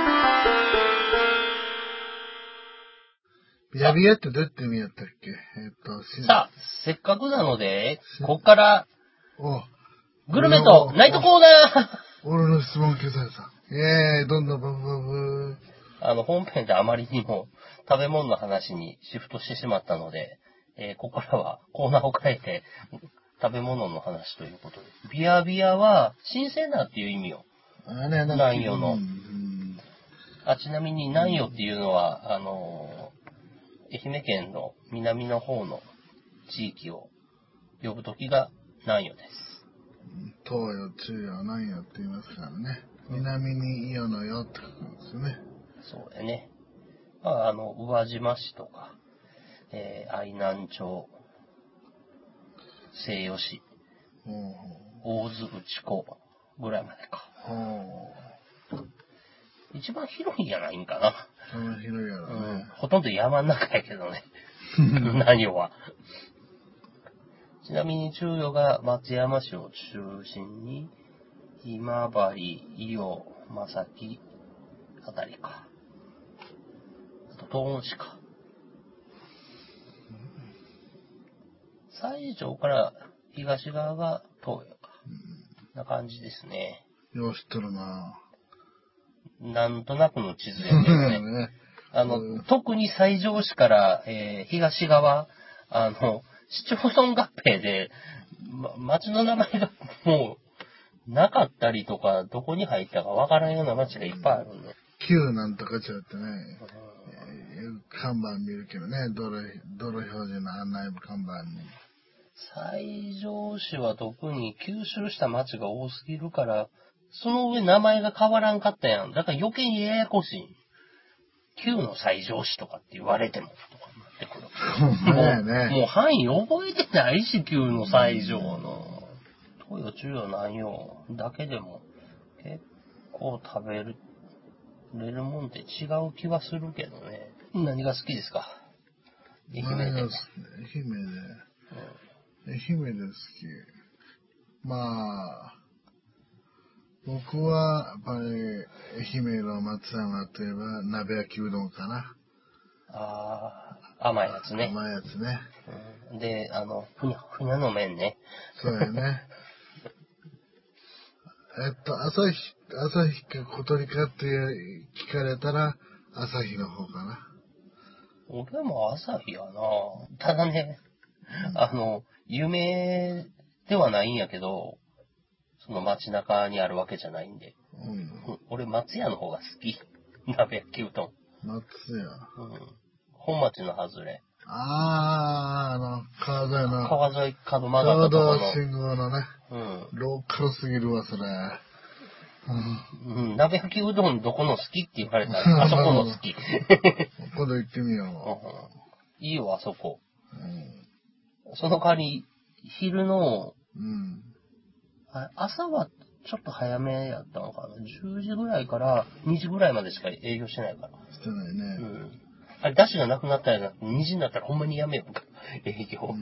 ビアビアってどうやって意味やったっけ？えっと、 さあ、せっかくなので、こっから、 おグルメとナイトコーナー俺の質問消された。イェーイ、どんどんバブバブ。 あの、本編であまりにも食べ物の話にシフトしてしまったので、えー、ここからはコーナーを変えて、食べ物の話ということで。ビアビアは、新鮮なっていう意味よ。 あれ南予の。 うんうん、 あ、ちなみに南予っていうのは、あのー、愛媛県の南の方の地域を呼ぶときが南予です。 東予、中予、南予って言いますからね。南に伊予の予ってことですよね。 そうだね。まあ、あの、宇和島市とか、えー、愛南町、西予市、大津内子ぐらいまでか。一番広いんじゃないんかな。 その広いやろね、うん。 ほとんど山の中やけどね。南予は。ちなみに中予が松山市を中心に、今治、伊予、正木あたりか。あと東温市か。西条から東側が東予か。うん、な感じですね。 よう知っとるなぁ。 なんとなくの地図やけどね。ねあの、うん、特に西条市から、えー、東側、あの、市町村合併で、ま、町の名前がもう、なかったりとか、どこに入ったかわからんような町がいっぱいあるんで。 旧なんとかちゃってね、うん、看板見るけどね、道路、道路表示の案内看板に。 西条市は特に吸収した町が多すぎるから、その上名前が変わらんかったやん。だから余計にややこしい。旧の西条市とかって言われても、とかなってくる。 そうね。 もう、もう範囲覚えてないし、旧の西条の。東洋中洋南洋だけでも結構食べる、れるもんって違う気はするけどね。何が好きですか？愛媛で。 愛媛で。愛媛で好き。まあ、僕は、やっぱり、愛媛の松山といえば、鍋焼きうどんかな。 ああ、甘いやつね。 甘いやつね。 うん、で、あの、ふにゃ、ふにゃの麺ね。 そうやね。えっと、朝日、朝日か小鳥かって聞かれたら、朝日の方かな。 俺も朝日やな。ただね、あの、有名ではないんやけど、その街中にあるわけじゃないんで。 うん。 俺、松屋の方が好き。鍋焼きうどん。 松屋。 うん。本町の外れ。 あー、あの、川沿いの。 川沿い角曲がったところの。 ちょうど信号のね。 うん。 ローカルすぎるわ、それ。 うん。うん、鍋焼きうどんどこの好きって言われたら、あそこの好き。 今度行ってみよう。ん、いいよ、あそこ。 う。うん。 その代わり、昼の、 うん。 朝はちょっと早めやったのかな。じゅうじぐらいからにじぐらいまでしか営業してないから。 してないね。 うん。あれ、出汁がなくなったらにじになったらほんまにやめようか。営業。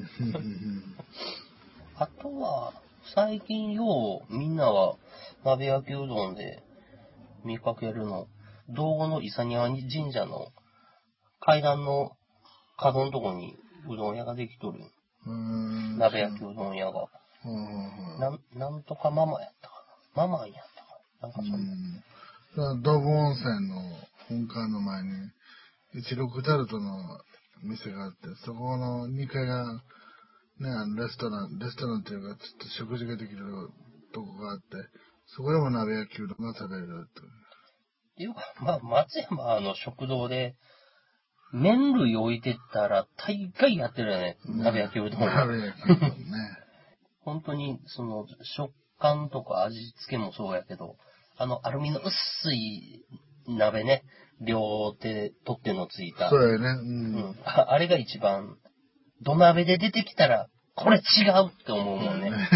あとは、最近ようみんなは鍋焼きうどんで見かけるの。道後の伊佐庭神社の階段の角のとこにうどん屋ができとる。 うん鍋焼きうどん屋が。なん、なんとかママやったかな。ママやったかな。なんかそんな。 うん。道後温泉の本館の前に、一六タルトの店があって、そこのにかいが、ね、あのレストラン、レストランっていうか、ちょっと食事ができるとこがあって、そこでも鍋焼きうどんが食べれると。 っていうか、まあ、松山の食堂で、麺類置いてったら、大概やってるよね。鍋焼きうどんは。 鍋焼きうどんね。 本当に、その、食感とか味付けもそうやけど、あの、アルミの薄い鍋ね、両手、取っ手のついた。 そうやね。うん。 うん、あ, あれが一番、土鍋で出てきたら、これ違うって思うもんね。ね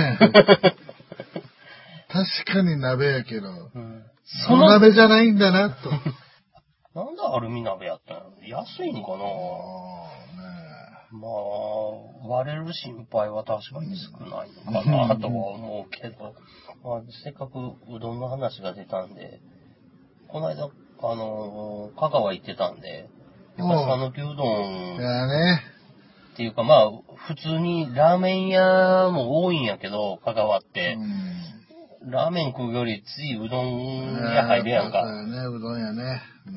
確かに鍋やけど、うん、 その鍋じゃないんだな、と。 なんでアルミ鍋やったんやろ？安いんかな？まあ、割れる心配は確かに少ないのかなとは思うけど、まあ、せっかくうどんの話が出たんで、この間、あのー、香川行ってたんで、やっぱ讃岐うどん、 やね。 っていうかまあ、普通にラーメン屋も多いんやけど、香川って。うん、ラーメン食うよりついうどん屋入るやんか。 そうやね、うどん屋ね。うん、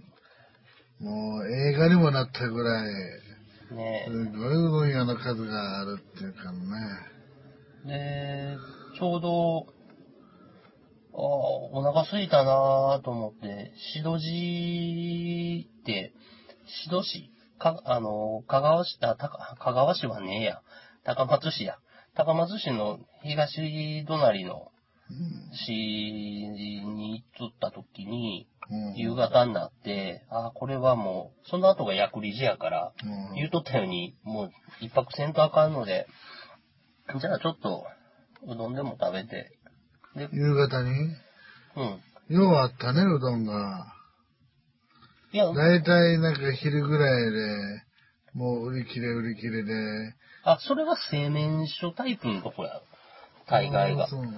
もう映画にもなったぐらい、ね、すごいうどん屋の数があるっていうかね。 で、ちょうど、あお腹空いたなぁと思って、しどじって、しど市か、あの、香川市、あ、たか、香川市はねえや。高松市や。高松市の東隣の市に行っとった時に、うん、夕方になって、あ、これはもう、その後が薬理事やから、うん、言うとったように、もう一泊せんとあかんので、じゃあちょっと、うどんでも食べて。 で夕方にうん。ようあったね、うどんが。いや、だいたいなんか昼ぐらいで、もう売り切れ売り切れで。 あ、それは製麺所タイプのとこや。大概が。そう。うん。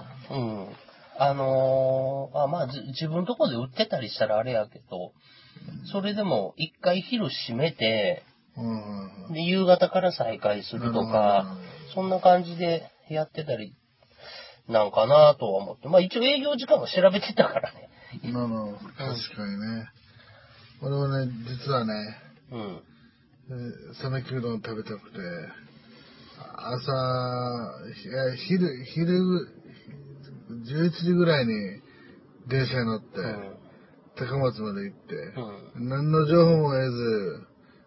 あのー、あまあ自分のとこで売ってたりしたらあれやけど、うん、それでも一回昼閉めて、うん、で、夕方から再開するとか、そんな感じでやってたりなんかなとは思って。まあ一応営業時間も調べてたからね。 まあまあ、確かにね。俺はね、実はね、うん。讃岐うどん食べたくて、朝、昼、昼、じゅういちじぐらいに電車に乗って、うん、高松まで行って、うん、何の情報も得ず、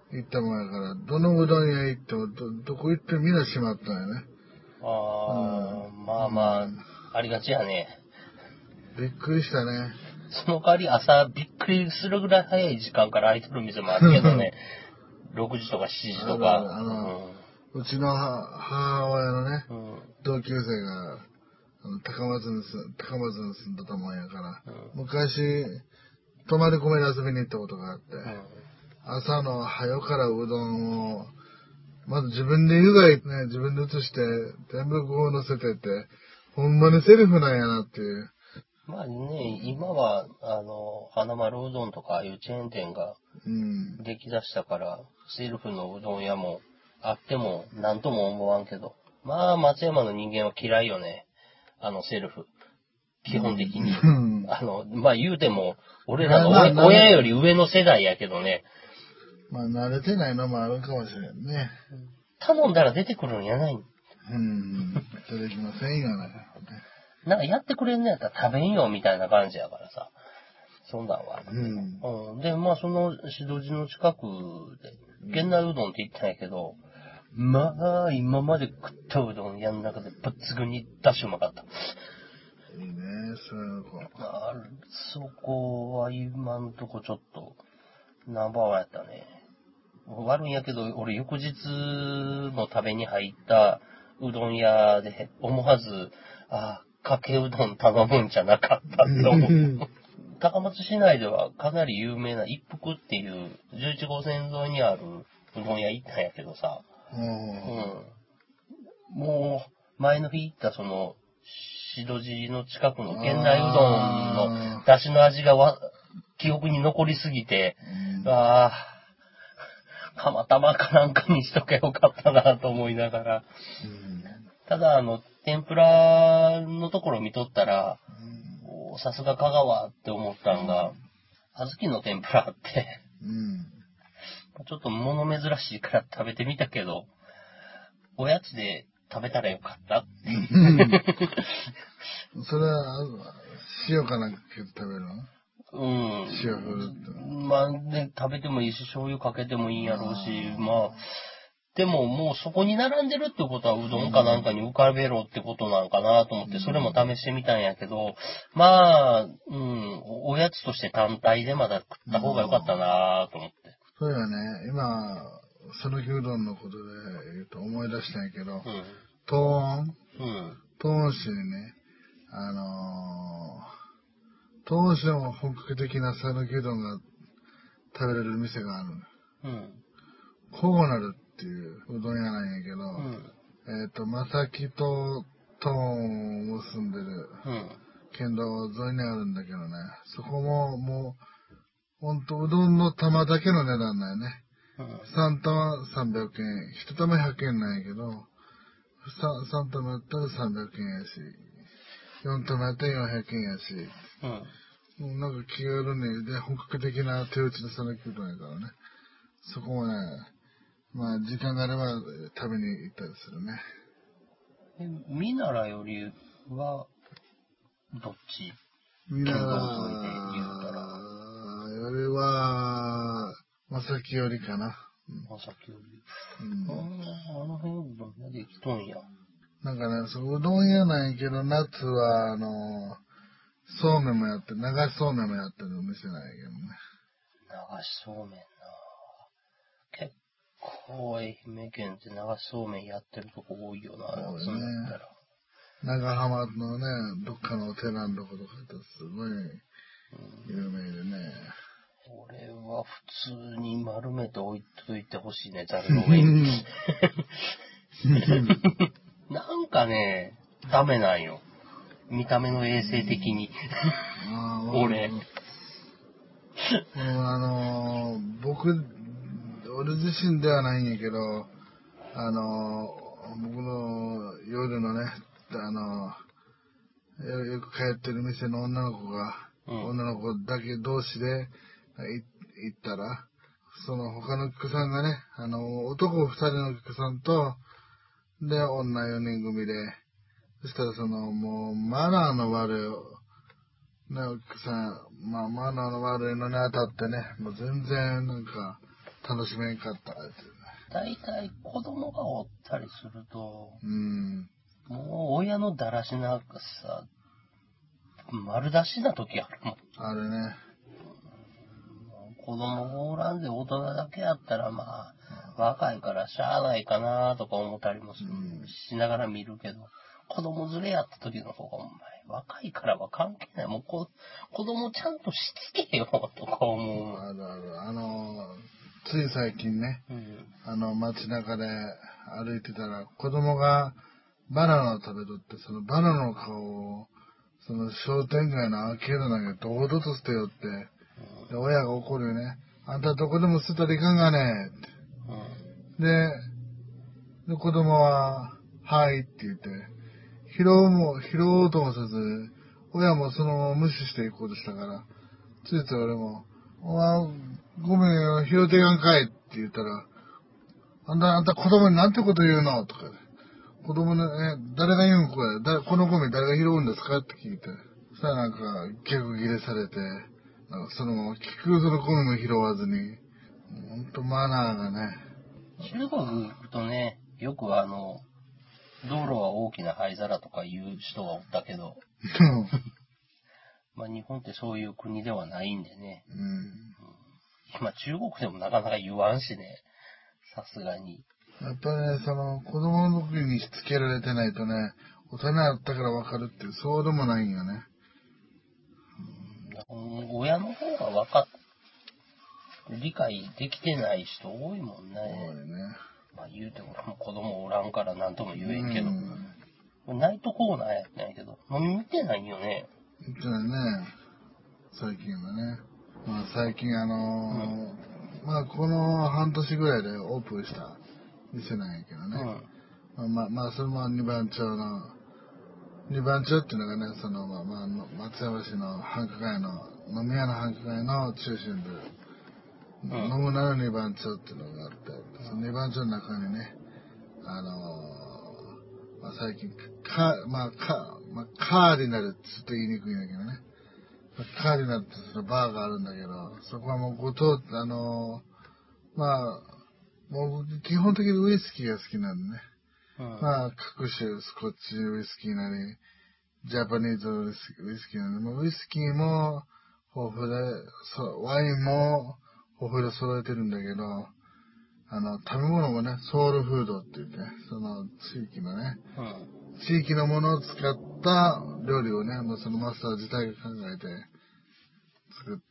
行ったもんやから、どのうどん屋行っても、ど、どこ行ってもみんな閉まったんよね。 ああ、うん、まあまあ、うん、ありがちやね。 びっくりしたね。 その代わり朝びっくりするぐらい早い時間から開いてる店もあるけどね。ろくじとかしちじとか。あるあるあの、 うん、うちの母親のね、うん、同級生が、あの高松に住高松に住んでたもんやから、うん、昔、泊まり込みで遊びに行ったことがあって、うん、朝の早からうどんを、まず自分で湯がいてね、自分で移して、全部こう乗せてって、ほんまにセルフなんやなっていう。 まあね、今は、あの、花丸うどんとか、ああいうチェーン店が、できだしたから、うん、セルフのうどん屋もあっても、なんとも思わんけど、まあ、松山の人間は嫌いよね。あの、セルフ。基本的に。うん、あの、まあ言うても、俺らの親、まあ、親より上の世代やけどね。 まあ、慣れてないのもあるかもしれんね。 頼んだら出てくるんやないん。 うん。出てきませんよね。 なんかやってくれんのやったら食べんよみたいな感じやからさ。そんなんはある、ね。うん。うん。で、まあその、しどじの近くで、源内うどんって言ったんやけど、まあ、今まで食ったうどん屋の中で抜群にダッシュうまかった。 いいね、そういう子。 あそこは今んとこちょっと、ナンバーワンやったね。悪いんやけど、俺翌日も食べに入ったうどん屋で思わず、あ、かけうどん頼むんじゃなかったと思う。高松市内ではかなり有名な一福っていうじゅういち号線沿いにあるうどん屋行ったんやけどさ、うん、もう前の日行ったそのしどじの近くの源内うどんの出汁の味がわ記憶に残りすぎて、うん、ああ、釜玉かなんかにしとけよかったなと思いながら、うん、ただあの天ぷらのところ見とったら、さすが香川って思ったんが、小豆の天ぷらって、うん、ちょっと物珍しいから食べてみたけど、おやつで食べたらよかったって。 それは、塩かなんかけて食べるの？うん。塩振るって。 まあね、食べてもいいし、醤油かけてもいいんやろうし、まあ、でももうそこに並んでるってことはうどんかなんかに浮かべろってことなんかなと思って、それも試してみたんやけど、まあ、うん、おやつとして単体でまだ食った方がよかったなと思って。 そうやね、今、讃岐うどんのことで言うと思い出したんやけど、うん、東温、うん、東温市にね、あのー、東温市でも本格的な讃岐うどんが食べれる店がある。うん。コーナルっていううどん屋なんやけど、うん、えっ、ー、と、正木とトーンを結んでる、県道沿いにあるんだけどね、そこももう、ほんとうどんの玉だけの値段だよね。うん、さん玉さんびゃくえん、いち玉ひゃくえんなんやけど、さん玉やったらさんびゃくえんやし、よん玉やったらよんひゃくえんやし、うん、もうなんか気軽にで本格的な手打ちの讃岐うどんやからね。そこもね、まあ時間があれば食べに行ったりするね。 え、ミナラよりは、どっち？ ミナラよりは、まさきよりかな。 まさきより。うん。ああの辺うどん屋できとんや。 なんかね、そう、うどん屋なんやけど、夏は、あの、そうめんもやってる、流しそうめんもやってるお店なんやけどね。 流しそうめんな結構、愛媛県って流しそうめんやってるとこ多いよな、夏になったら。 長浜のね、どっかのお寺のとことかってすごい有名でね。 俺は普通に丸めて置いといてほしいね、ざるの上に。なんかね、ダメなんよ。見た目の衛生的に。俺。 あのー、僕、俺自身ではないんやけど、あのー、僕の夜のね、あのー、よく通ってる店の女の子が、うん、女の子だけ同士で行ったら、その他のお客さんがね、あの、男二人のお客さんと、で、女四人組で、そしたらその、もう、マナーの悪い、ね、お客さん、まあ、マナーの悪いのに当たってね、もう全然、なんか、 楽しめんかったって。 大体子供がおったりすると、 うん。 もう親のだらしなくさ、丸出しな時あるもん。 あるね。 子供がおらんで大人だけやったらまあ、若いからしゃあないかなとか思ったりもする、うん、しながら見るけど、子供連れやった時の方がお前、若いからは関係ない。もうこ子供ちゃんとしつけよとか思う。 あるある。あの、つい最近ね、うん、あの街中で歩いてたら子供がバナナを食べとって、そのバナナの顔を、その商店街のアーケードなんか堂々と捨てよって、で、親が怒るよね。あんたどこでも捨てたらいかんがねって。うん、で、で、子供は、はいって言って、拾うも、拾おうともせず、親もそのまま無視していこうとしたから、ついつい俺も、お前、ごめんよ、拾っていかんかいって言ったら、あんた、あんた子供になんてこと言うのとか、子供の、え、誰が言うんこれ、だこのゴミ誰が拾うんですかって聞いて、そしたらなんか、逆ギレされて、なんかそのまま結局そのゴミも拾わずに、ほんとマナーがね。 中国行くとね、よくあの、道路は大きな灰皿とか言う人がおったけど、まあ日本ってそういう国ではないんでね。うん、まあ中国でもなかなか言わんしね、さすがに。 やっぱりね、その子供の時にしつけられてないとね、大人だったからわかるっていう、そうでもないんよね。 うん、親の方がわかっ、理解できてない人多いもんね。 多いね。 まあ言うても子供おらんから何とも言えんけど。うん、ナイトコーナーやったんやけど、見てないよね。 見てないね。最近はね。まあ最近あのーうん、まあこの半年ぐらいでオープンした店なんやけどね。うん、まあまあそれも二番町の、二番町っていうのがね、そのまあまあ松山市の繁華街の、飲み屋の繁華街の中心部。うん、飲むなら二番町っていうのがあって、その二番町の中にね、あのー、まあ、最近、か、まあ、か、まあ、カーディナルってちょっと言いにくいんだけどね。カーディナルってそのバーがあるんだけど、そこはもうご当、あのー、まあ、もう基本的にウイスキーが好きなんでね。うん、まあ、各種スコッチウイスキーなり、ジャパニーズウイスキーなり、もうウイスキーも豊富で、そうワインも豊富で揃えてるんだけど、あの、食べ物もね、ソウルフードって言って、その地域のね、うん、地域のものを使った料理をね、もうそのマスター自体が考えて作って、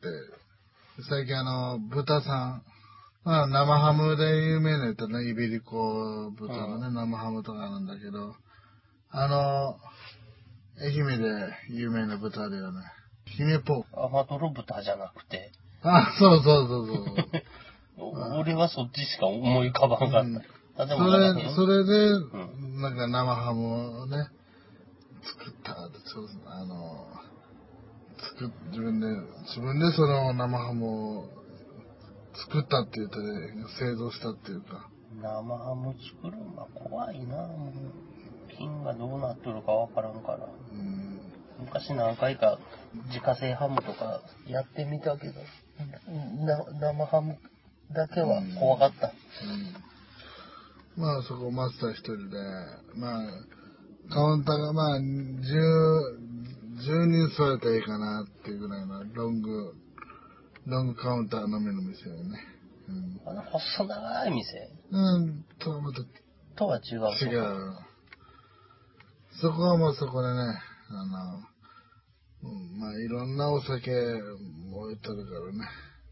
最近あの、豚さん、まあ生ハムで有名なやつね、イベリコ豚のね、うん、生ハムとかなんだけど、あの、愛媛で有名な豚だよね。姫ポーク。 アマトロ豚じゃなくて。 あ、そうそうそうそう。 俺はそっちしか思い浮かばんかった。うん、 あでもそれ、それで、うん、なんか生ハムをね、作ったって、そうあの、作っ、自分で、自分でその生ハムを作ったって言って、ね、製造したっていうか。 生ハム作るのは怖いなもう。菌がどうなっとるかわからんから。うん、昔何回か自家製ハムとかやってみたけど、な生ハムだけは怖かった。 うんうん、まあそこマスター一人で、まあカウンターがまあじゅう、じゅうにん座れたらいいかなっていうぐらいのロング、ロングカウンターのみの店よね。 うん、あの細長い店うん、とはまたとは違う。 違う。そこはもうそこでね、あの、うん、まあいろんなお酒も置いてるからね。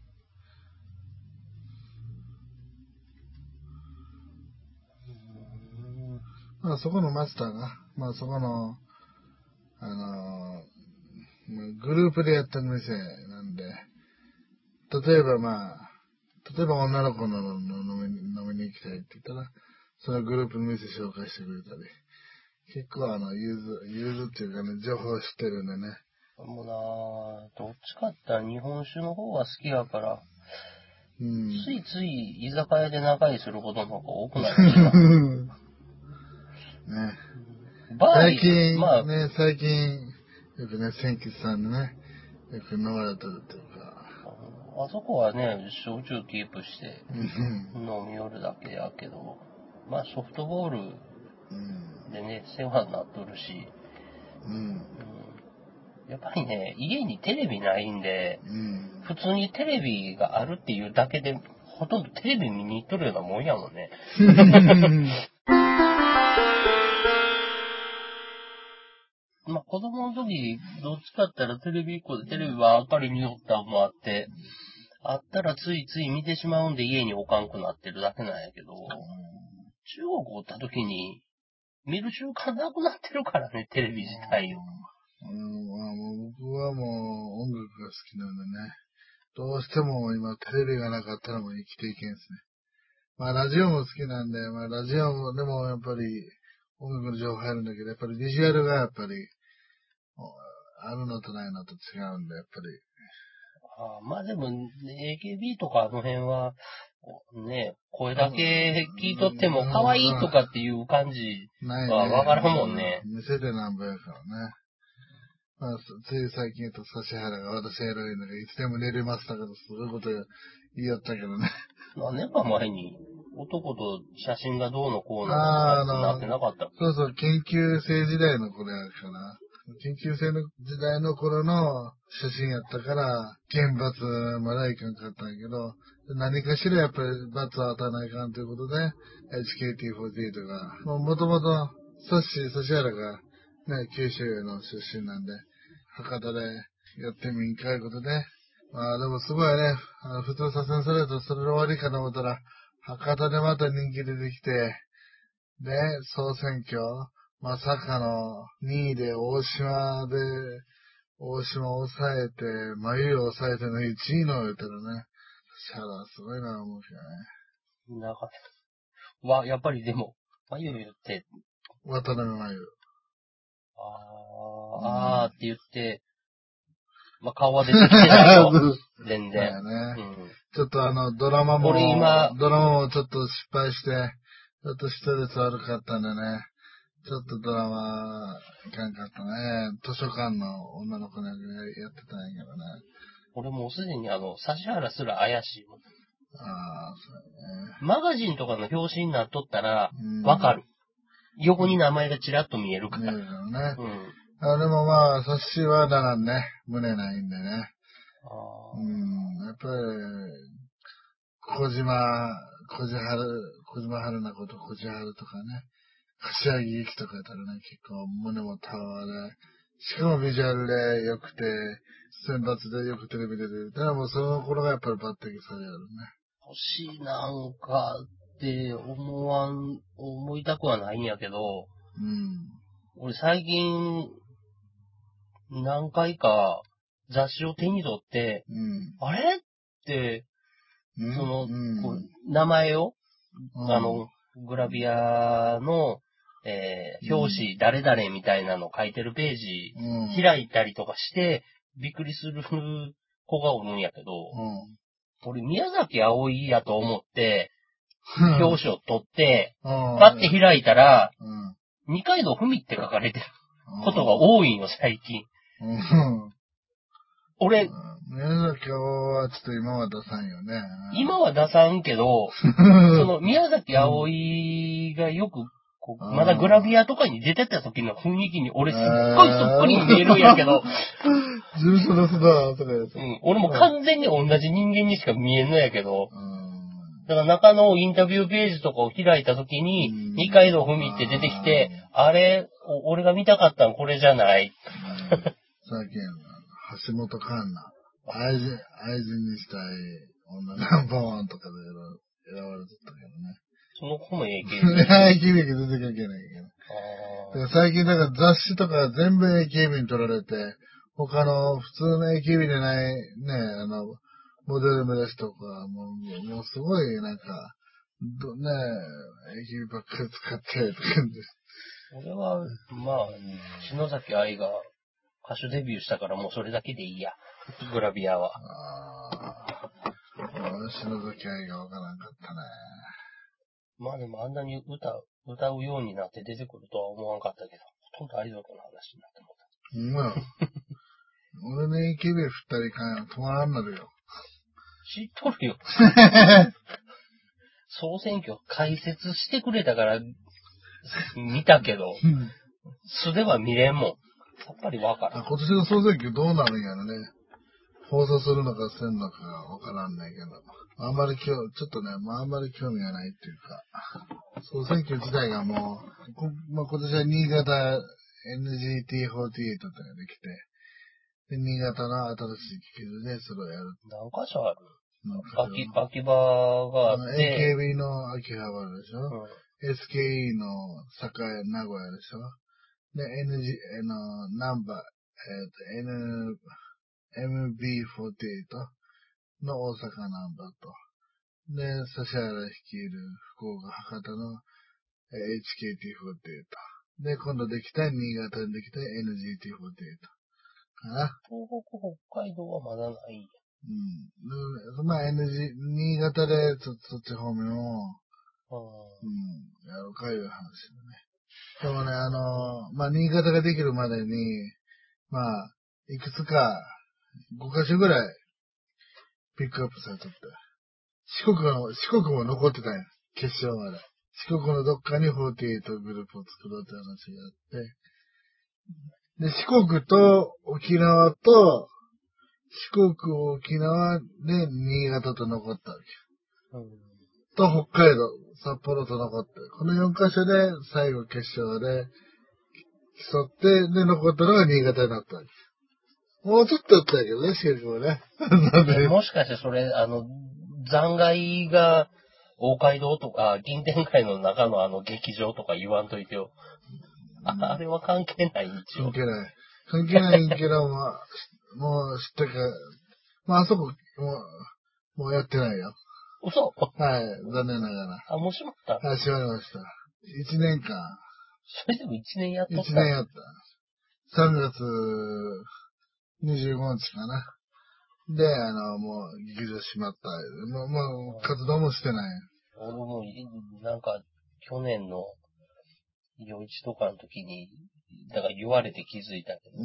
まあそこのマスターが、まあそこの、あのー、グループでやってる店なんで、例えばまあ、例えば女の子の飲み飲みに行きたいって言ったら、そのグループの店紹介してくれたり、結構あの、融通、融通っていうかね、情報を知ってるんでね。 もうなぁ、どっちかって言ったら日本酒の方が好きやから、うん、ついつい居酒屋で仲居することの方が多くなってきた。 ね。最近、まあ、ね、最近、よくね、千吉さんでね、よく飲まれてるっていうか。 あそこはね、焼酎キープして飲み寄るだけやけど、まあソフトボールでね、世話になっとるし、 うんうんやっぱりね、家にテレビないんで、 うん、 普通にテレビがあるっていうだけで、ほとんどテレビ見に行っとるようなもんやもんね。まあ子供の時、どっちかって言ったらテレビいっこでテレビは明かり見よったのもあって、あったらついつい見てしまうんで家に置かんくなってるだけなんやけど、中国おった時に見る習慣なくなってるからね、テレビ自体を。 うん、まあ、もう僕はもう音楽が好きなんでね。どうしても今テレビがなかったらもう生きていけんですね。まあラジオも好きなんで、まあラジオもでもやっぱり音楽の情報入るんだけど、やっぱりビジュアルがやっぱりあるのとないのと違うんで、やっぱり。 ああまあでも、エーケービー とかあの辺は、ね、声だけ聞いとっても可愛いとかっていう感じはわからんもんね。 見せてなんぼやからね。まあ、つい最近言うと指原が私エロいのがいつでも寝れますだからそういうこと言いよったけどね。 何年か前に男と写真がどうのこうのああ、あなってなかったっけ？ そうそう、研究生時代の頃やから。研究生の時代の頃の写真やったから、厳罰まだいかんかったんやけど、何かしらやっぱり罰を与えないかんということで、エイチケーティーフォーティーエイト が、もともと、サッシー、指原が、ね、九州の出身なんで、博多でやってみんかいうことで、まあでもすごいね、あの普通左遷されるとそれで終わりかと思ったら、博多でまた人気出てきて、で、総選挙、まさかのにいで大島で、大島を抑えて、眉を抑えてのいちいの言うたらね、シャラすごいな、思うけどね。 なんか、わ、やっぱりでも、眉言って、 渡辺眉。 あー、 うん、 あーって言って、まあ、顔は出てきてないよ。全然。 そうやね。 うん、 ちょっとあの、ドラマも、 俺今、 ドラマもちょっと失敗して、ちょっとストレス悪かったんでね。ちょっとドラマ、いかんかったね。図書館の女の子の役やってたんやけどね。 俺もうすでにあの、指原すら怪しいもん。 ああ、そうやね。 マガジンとかの表紙になっとったら、 うんわかる。横に名前がちらっと見えるから。 見えるよね。 うん。 あでもまあ、冊子はだからね、胸ないんでね。 あうん、やっぱり、小島、小島春、小島春菜子と小島春とかね。柏木由紀とかやったらね、結構胸もタワーで、しかもビジュアルで良くて、選抜でよくテレビで出てる。だからもうその頃がやっぱり抜擢されるね。 欲しいなんかって思わん、思いたくはないんやけど、 うん。 俺最近、何回か雑誌を手に取って、 うん。 あれって、 うん。 その、 うんこう名前を、 うん、 あの、グラビアの、えー、表紙、誰々みたいなの書いてるページ、 うん、 開いたりとかして、びっくりする子がおるんやけど、 うん。 俺、宮崎葵やと思って、表紙を取って、 うん、 パッて開いたら、 うん、 二階堂ふみって書かれてることが多いんよ、最近。 うん。 俺、 宮崎葵はちょっと今は出さんよね。 今は出さんけど、その宮崎葵がよく、こうまだグラビアとかに出てた時の雰囲気に俺すっごいそっくりに見えるんやけど、 事務所の人だ、とかやつ。 うん、俺も完全に同じ人間にしか見えんのやけど、 うん。 だから中のインタビューページとかを開いた時に、二階堂ふみって出てきて、あれ、俺が見たかったんこれじゃない。 最近、橋本環奈、愛人、愛人にしたい女ナンバーワンとかで選ばれてたけどね。 その子も エーケービー。 エーケービー が出てきゃいけないけど。だから最近、だから雑誌とか全部 エーケービー に取られて、他の普通の エーケービー でない、ね、あの、モデル目指しとか、もう、もうすごい、なんか、どね、エーケービー ばっかり使って、とか感じ。 俺は、まあ、篠崎愛が歌手デビューしたからもうそれだけでいいや。グラビアは。 ああ。篠崎愛がわからんかったね。 まあでもあんなに歌、歌うようになって出てくるとは思わんかったけど、ほとんどアイドルの話になって思った。 ほんまや。俺の エーケービー 振ったりかんや止まらんなるよ。 知っとるよ。総選挙解説してくれたから見たけど、素では見れんもん。やっぱりわからん。 今年の総選挙どうなるんやろね。放送するのかせんのかわからんねんけど。あんまり興、ちょっとね、まあ、あんまり興味がないっていうか、総選挙自体がもう、こまあ、今年は新潟 エヌジーティーフォーティーエイト ってのができて、で、新潟の新しい企業でそれをやる。 何箇所ある？ なんか秋、秋葉があって。 エーケービー の秋葉原でしょ、うん、エスケーイー の栄名古屋でしょで、エヌジー、あの、ナンバー、えっ、ー、と、N、エムビーフォーティーエイト の大阪ナンバーと、で、指原率いる福岡博多の エイチケーティーフォーティーエイト。で、今度できた新潟にできた エヌジーティーフォーティーエイト。かな。 東北、北海道はまだないんや。 うん。まあ エヌジー、新潟でちょっとそっち方面を、 うん、 やろうかいう話だね。でもね、あの、まあ新潟ができるまでに、まあ、いくつか、ごカ所ぐらい、ピックアップされとった。四国の、四国も残ってたんや。決勝まで。四国のどっかにフォーティーエイトグループを作ろうって話があって。で、四国と沖縄と、四国、沖縄で新潟と残ったわけ。うん、と、北海道、札幌と残って。このよんカ所で最後決勝で競って、で、残ったのが新潟になったわけ。もうちょっとやったんやけどね、四国もね。 もしかしてそれ、あの、残骸が、大街道とか、銀天街の中のあの劇場とか言わんといてよ。うん、あ, あれは関係ない一応。 関係ない。関係ないけど、まあ、もう知ったか、まあ、あそこ、もう、もうやってないよ。 嘘？ はい、残念ながら。 あ、もう閉まった？ はい、閉まりました。一年間。 それでも一年やっとった？ 一年やった。さんがつにじゅうごにちかな。で、あの、もう、劇場閉まった。もう、もう、活動もしてない。 俺も、なんか、去年の、夜市とかの時に、だから言われて気づいたけど。うん。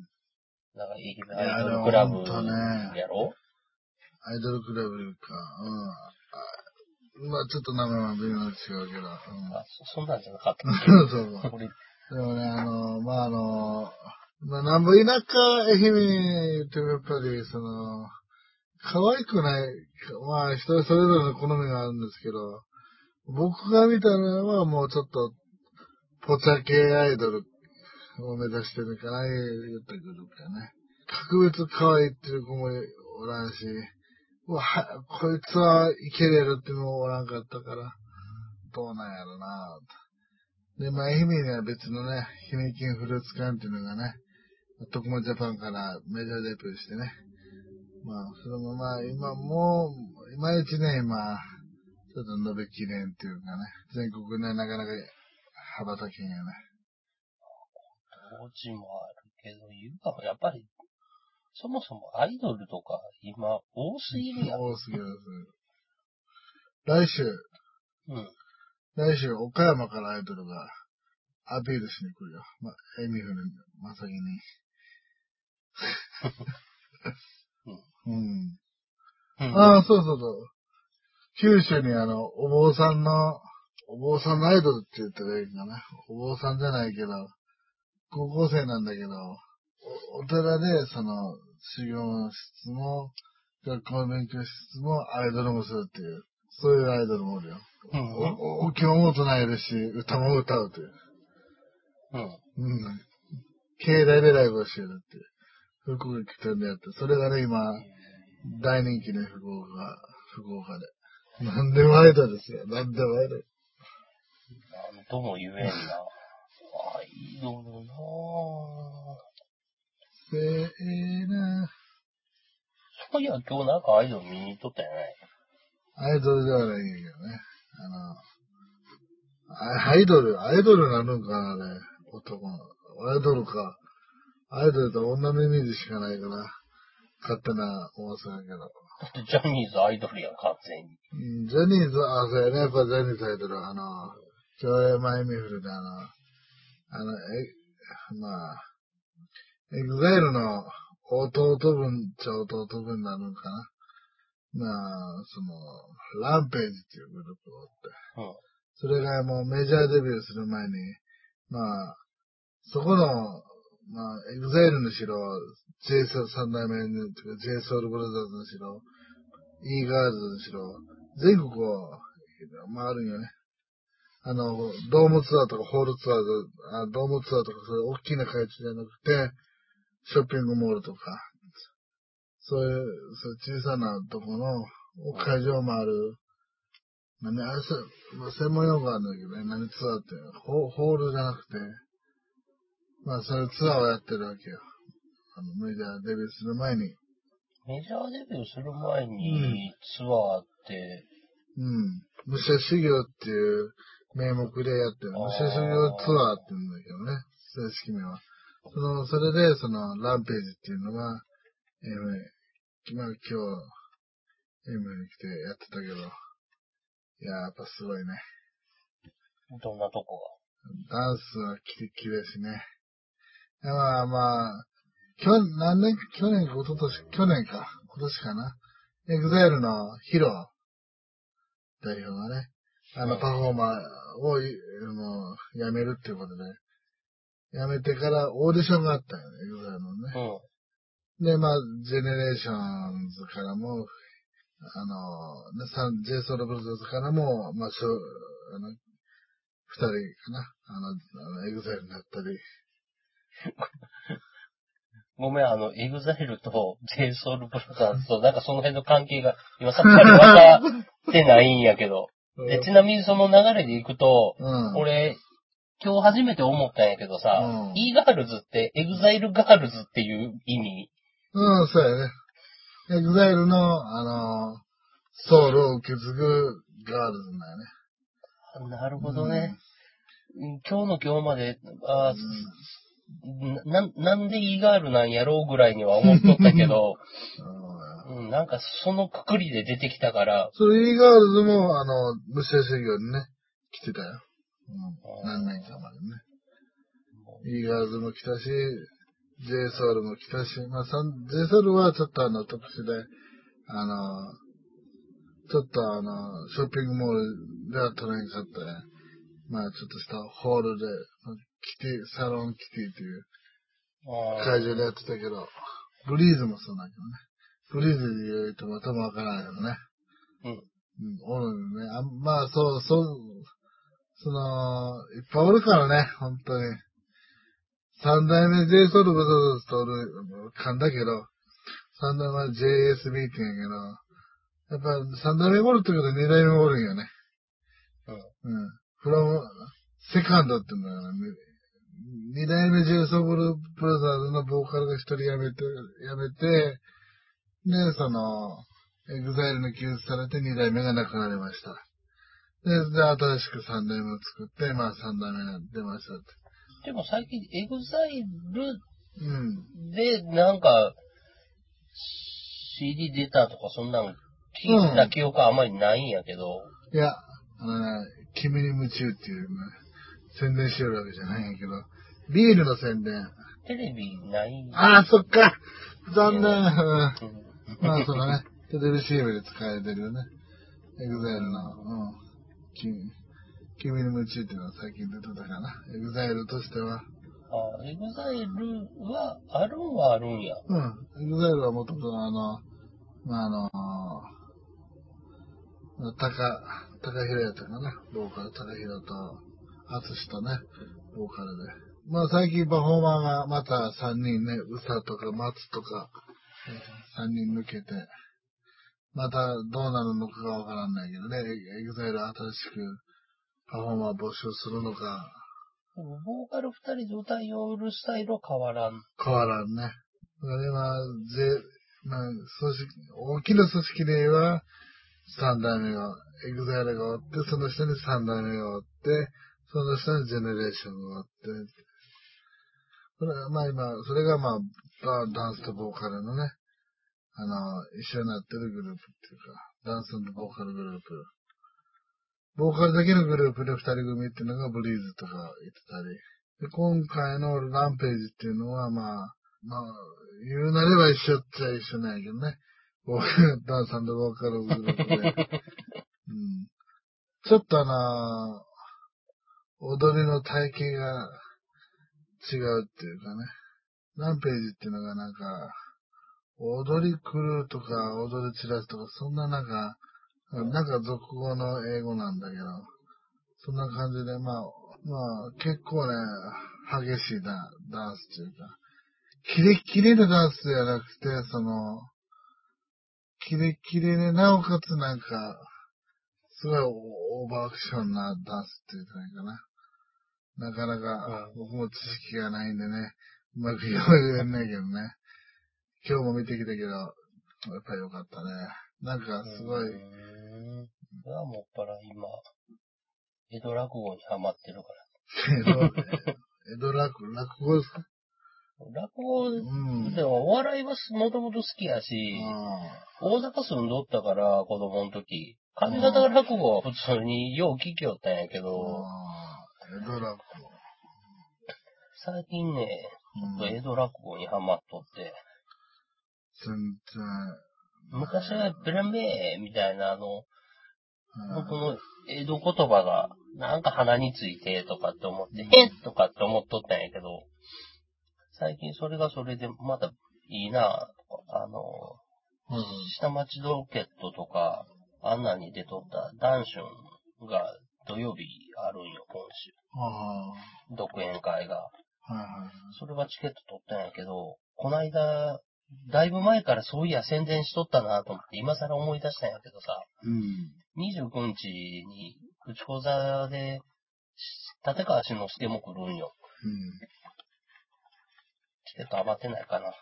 なんか、愛媛アイドルクラブやろ？ アイドルクラブか。うん。まあちょっと名前は微妙に違うけど。うん、 あそ、そんなんじゃなかったっけ？ そうそう。でもね、あの、まあ、あの、まあ、なんぼ田舎、愛媛言ってもやっぱり、その、可愛くない、まあ、人それぞれの好みがあるんですけど、僕が見たのはもうちょっと、ポチャ系アイドルを目指してるかな、言ったグループやね。格別可愛いっていう子もおらんし、うわ、こいつはいけれるっていうのもおらんかったから、どうなんやろなぁ。で、まあ、愛媛には別のね、姫金フルーツ館っていうのがね、特モジャパンからメジャーデビューしてね。まあ、それもまあ、今もう、今一年今、ちょっと伸びきれんっていうかね、全国ね、なかなか羽ばたけんやね。 当時もあるけど、言うかもやっぱり、そもそもアイドルとか今多すぎるやん。 多すぎる。来週、うん。来週、岡山からアイドルがアピールしに来るよ。ま、エミフル、まさきに。うん。うん、ああ、そうそうそう。九州にあの、お坊さんの、お坊さんのアイドルって言ったらいいかな。お坊さんじゃないけど、高校生なんだけど、お, お寺でその、修行室も、学校の勉強室もアイドルもするっていう、そういうアイドルもおるよ。うん、お、お経も唱えるし、歌も歌うという。うん。うん。境内でライブをしてるっていう。福岡来たんでやって、それがね、今、大人気ね、福岡、福岡で。なんでもアイドルですよ。なんでもアイドル。 なんとも言えんな。アイドルなぁ。 せーな。 そういや、今日なんかアイドル見に行っとったよね。 アイドルではないんやけどね。あの、アイドル、アイドルなのかな、あれ。男の。アイドルか。アイドルと女のイメージしかないから、勝手な思想だけど。だってジャニーズアイドルやん、完全に。 うん、ジャニーズ、あ、そうやね。やっぱジャニーズアイドル、あの、京山エミフルで、あの、あの、え、まあ、エグザイルの弟分っちゃ弟分なのかな。 まあ、その、ランページっていうグループがあって、 うん。 それがもうメジャーデビューする前に、まあ、そこの、まあ、エグザイルにしろ、J 三代目に、J ソウルブラザーズにしろ、E ガールズにしろ、全国を回るんよね。あの、ドームツアーとかホールツアーで、あドームツアーとかそういう大きな会場じゃなくて、ショッピングモールとか、そういう、そういう小さなとこの会場を回る。何、あれ、専門用語があるんだけどね、何ツアーってホ、ホールじゃなくて、まあそういうツアーをやってるわけよ。あの、メジャーデビューする前に。 メジャーデビューする前うん。 にツアーって、 うん。武者修行っていう名目でやってる。武者修行ツアーって言うんだけどね。正式名は。その、それで、その、ランページっていうのが、えー、まあ今日、エムに来てやってたけど、いや、やっぱすごいね。 どんなとこダンスはキレッキレしね。まあまあ、去年、何年、去年か一昨年、去年か、今年かな。エグザイルのヒロ代表がね、あの、 うんパフォーマーを、もう、やめるっていうことで、やめてからオーディションがあったよね、エグザイルのね。 が。うん。 で、まあ、ジェネレーションズからも、あの、ね、サン、J ソウルブルーズからも、まあ、しょ、あの、二人かな。あの、あの、エグザイルになったり。 ごめん、あの、エグザイルと J ソ o ルブラザーズと、なんかその辺の関係が今さっきから分かってないんやけど。で、ちなみにその流れでいくと、 うん。 俺、今日初めて思ったんやけどさ、 うん。 E ガールズってエグザイルガールズっていう意味。 うん、そうやね。エグザイルの、あの、ソウルを受け継ぐガールズだよね。 なるほどうん。 ね。今日の今日まで、あーな、なんで E ガールなんやろうぐらいには思っとったけど、うん、なんかそのくくりで出てきたから。 それ、イーガールズも、あの、武者修行にね、来てたよ。うん。何年かまでね。イーガールズも来たし、J ソウルも来たし、まあ、J ソウルはちょっとあの、特殊で、あの、ちょっとあの、ショッピングモールでは取れんかったね。まあ、ちょっとしたホールで、キティ、サロンキティっていう会場でやってたけど、ブリーズもそうだけどね。ブリーズで言うとまたもわからないけどね。 うん。 うん、おるね。あまあ、そう、そう、その、いっぱいおるからね、本当に。三代目 J ソウルブラザーズとおる、勘だけど、三代目 ジェイエスビー って言うんやけど、やっぱ三代目おるってことは二代目おるんよね。 うん。 うん。フロム、セカンドって言うんだからね。二代目 J ソウルブラザーズのボーカルが一人辞めて、辞めて、で、その、エグザイルに救出されて二代目が亡くなりました。で、で、新しく三代目を作って、まあ三代目が出ましたって。 でも最近エグザイルうん。 でなんか シーディー 出たとかそんなん聞いた記憶はあまりないんやけど。 いや、あのね、君に夢中っていうね、宣伝してるわけじゃないんやけど、ビールの宣伝。 テレビない。 ああ、そっか。残念。うん。 うんまあ、そのね、テレビ シーエム で使われてるよね。エグザイルの、うん。君、君に夢中っていうのは最近出てたかな。エグザイルとしては。 あ、エグザイルはあるんはあるんや。 うん。エグザイルはもともとあの、まあ、あの、高、高弘やったかな。ボーカル、高弘と、アツシとね、ボーカルで。まあ最近パフォーマーがまたさんにんね、ウサとかマツとか、さんにん抜けて、またどうなるのかがわからないけどね、エグザイル新しくパフォーマー募集するのか。 ボーカル二人で歌い踊るスタイルは変わらん。 変わらんね。それは、ぜ、まあ、組織、大きな組織で言えば、三代目が、エグザイルがおって、その下に三代目がおって、その下にジェネレーションがおって、それはまあ今、それがまあ、ダンスとボーカルのね、あの、一緒になってるグループっていうか、ダンスとボーカルグループ。ボーカルだけのグループで二人組っていうのがブリーズとか言ってたり。で、今回のランページっていうのはまあ、まあ、言うなれば一緒っちゃ一緒なんやけどね。 ダンス&ボーカルグループで。うん、ちょっとあのー、踊りの体型が違うっていうかね。ランページっていうのがなんか、踊り狂うとか踊り散らすとか、そんななんか、なんか俗語の英語なんだけど、そんな感じで、まあ、まあ、結構ね、激しいダダンスっていうか、キレッキレのダンスじゃなくて、その、キレッキレで、なおかつなんか、すごいオーバーアクションなダンスっていうかいいかな。なかなか、僕も知識がないんでね、うまく言えないけどね。今日も見てきたけど、やっぱりよかったね。なんかすごい。うーん。それはもっぱら今、江戸落語にハマってるから。江戸、江戸落語、落語ですか？ 落語、うん、でもお笑いはもともと好きやし、大阪住んどったから子供の時、上方落語は普通によう聞きよったんやけど、 江戸落語。 最近ね、ちょっと江戸落語にハマっとって、 全然。 昔はブランベーみたいなあの、うん、この江戸言葉がなんか鼻についてとかって思って、えっとかって思っとったんやけど、最近それがそれでまたいいなぁ、あの、うん、下町ロケットとか、あんなに出とったダンシュンが土曜日あるんよ、今週。独演会が。それはチケット取ったんやけど、こないだ、だいぶ前からそういや宣伝しとったなと思って、今更思い出したんやけどさ、うん、にじゅうくにちに口講座で、立川志の輔も来るんよ。うん、チケット余ってないかな。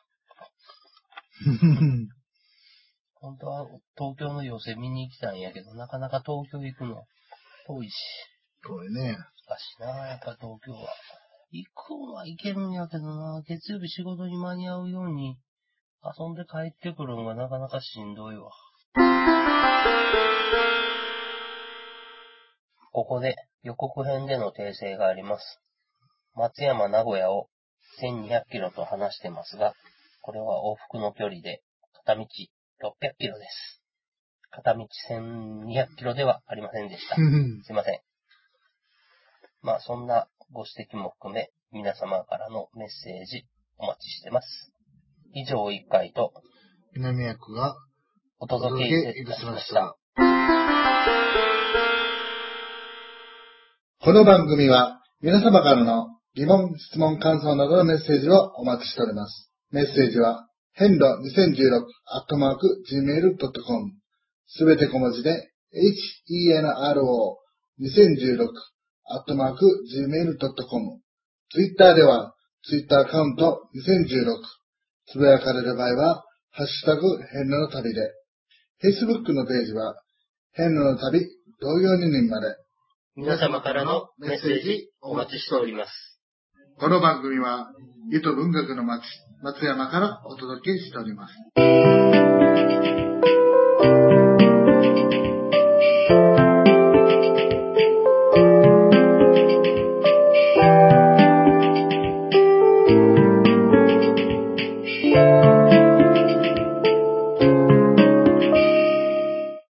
本当は東京の寄席見に行きたいんやけど、なかなか東京行くの遠いし。 遠いね。 難しいな、やっぱ東京は。行くのは行けるんやけどな、月曜日仕事に間に合うように遊んで帰ってくるのがなかなかしんどいわ。ここで予告編での訂正があります。松山名古屋をせんにひゃくキロと話してますが、これは往復の距離で片道ろっぴゃくキロです。片道せんにひゃくキロではありませんでした。すいません。まあそんなご指摘も含め皆様からのメッセージお待ちしてます。以上いっかいと南役がお届けいたしました。 この番組は皆様からの疑問、質問、感想などのメッセージをお待ちしております。メッセージはヘンロにせんじゅうろくアットマークジーメールドットコム すべて小文字で ヘンロにせんじゅうろくアットマークジーメールドットコム ツイッターではツイッターアカウントにせんじゅうろくつぶやかれる場合はハッシュタグヘンロの旅で Facebook のページはヘンロの旅同様に人まで皆様からのメッセージお待ちしております。 この番組は湯と文学の街松山からお届けしております。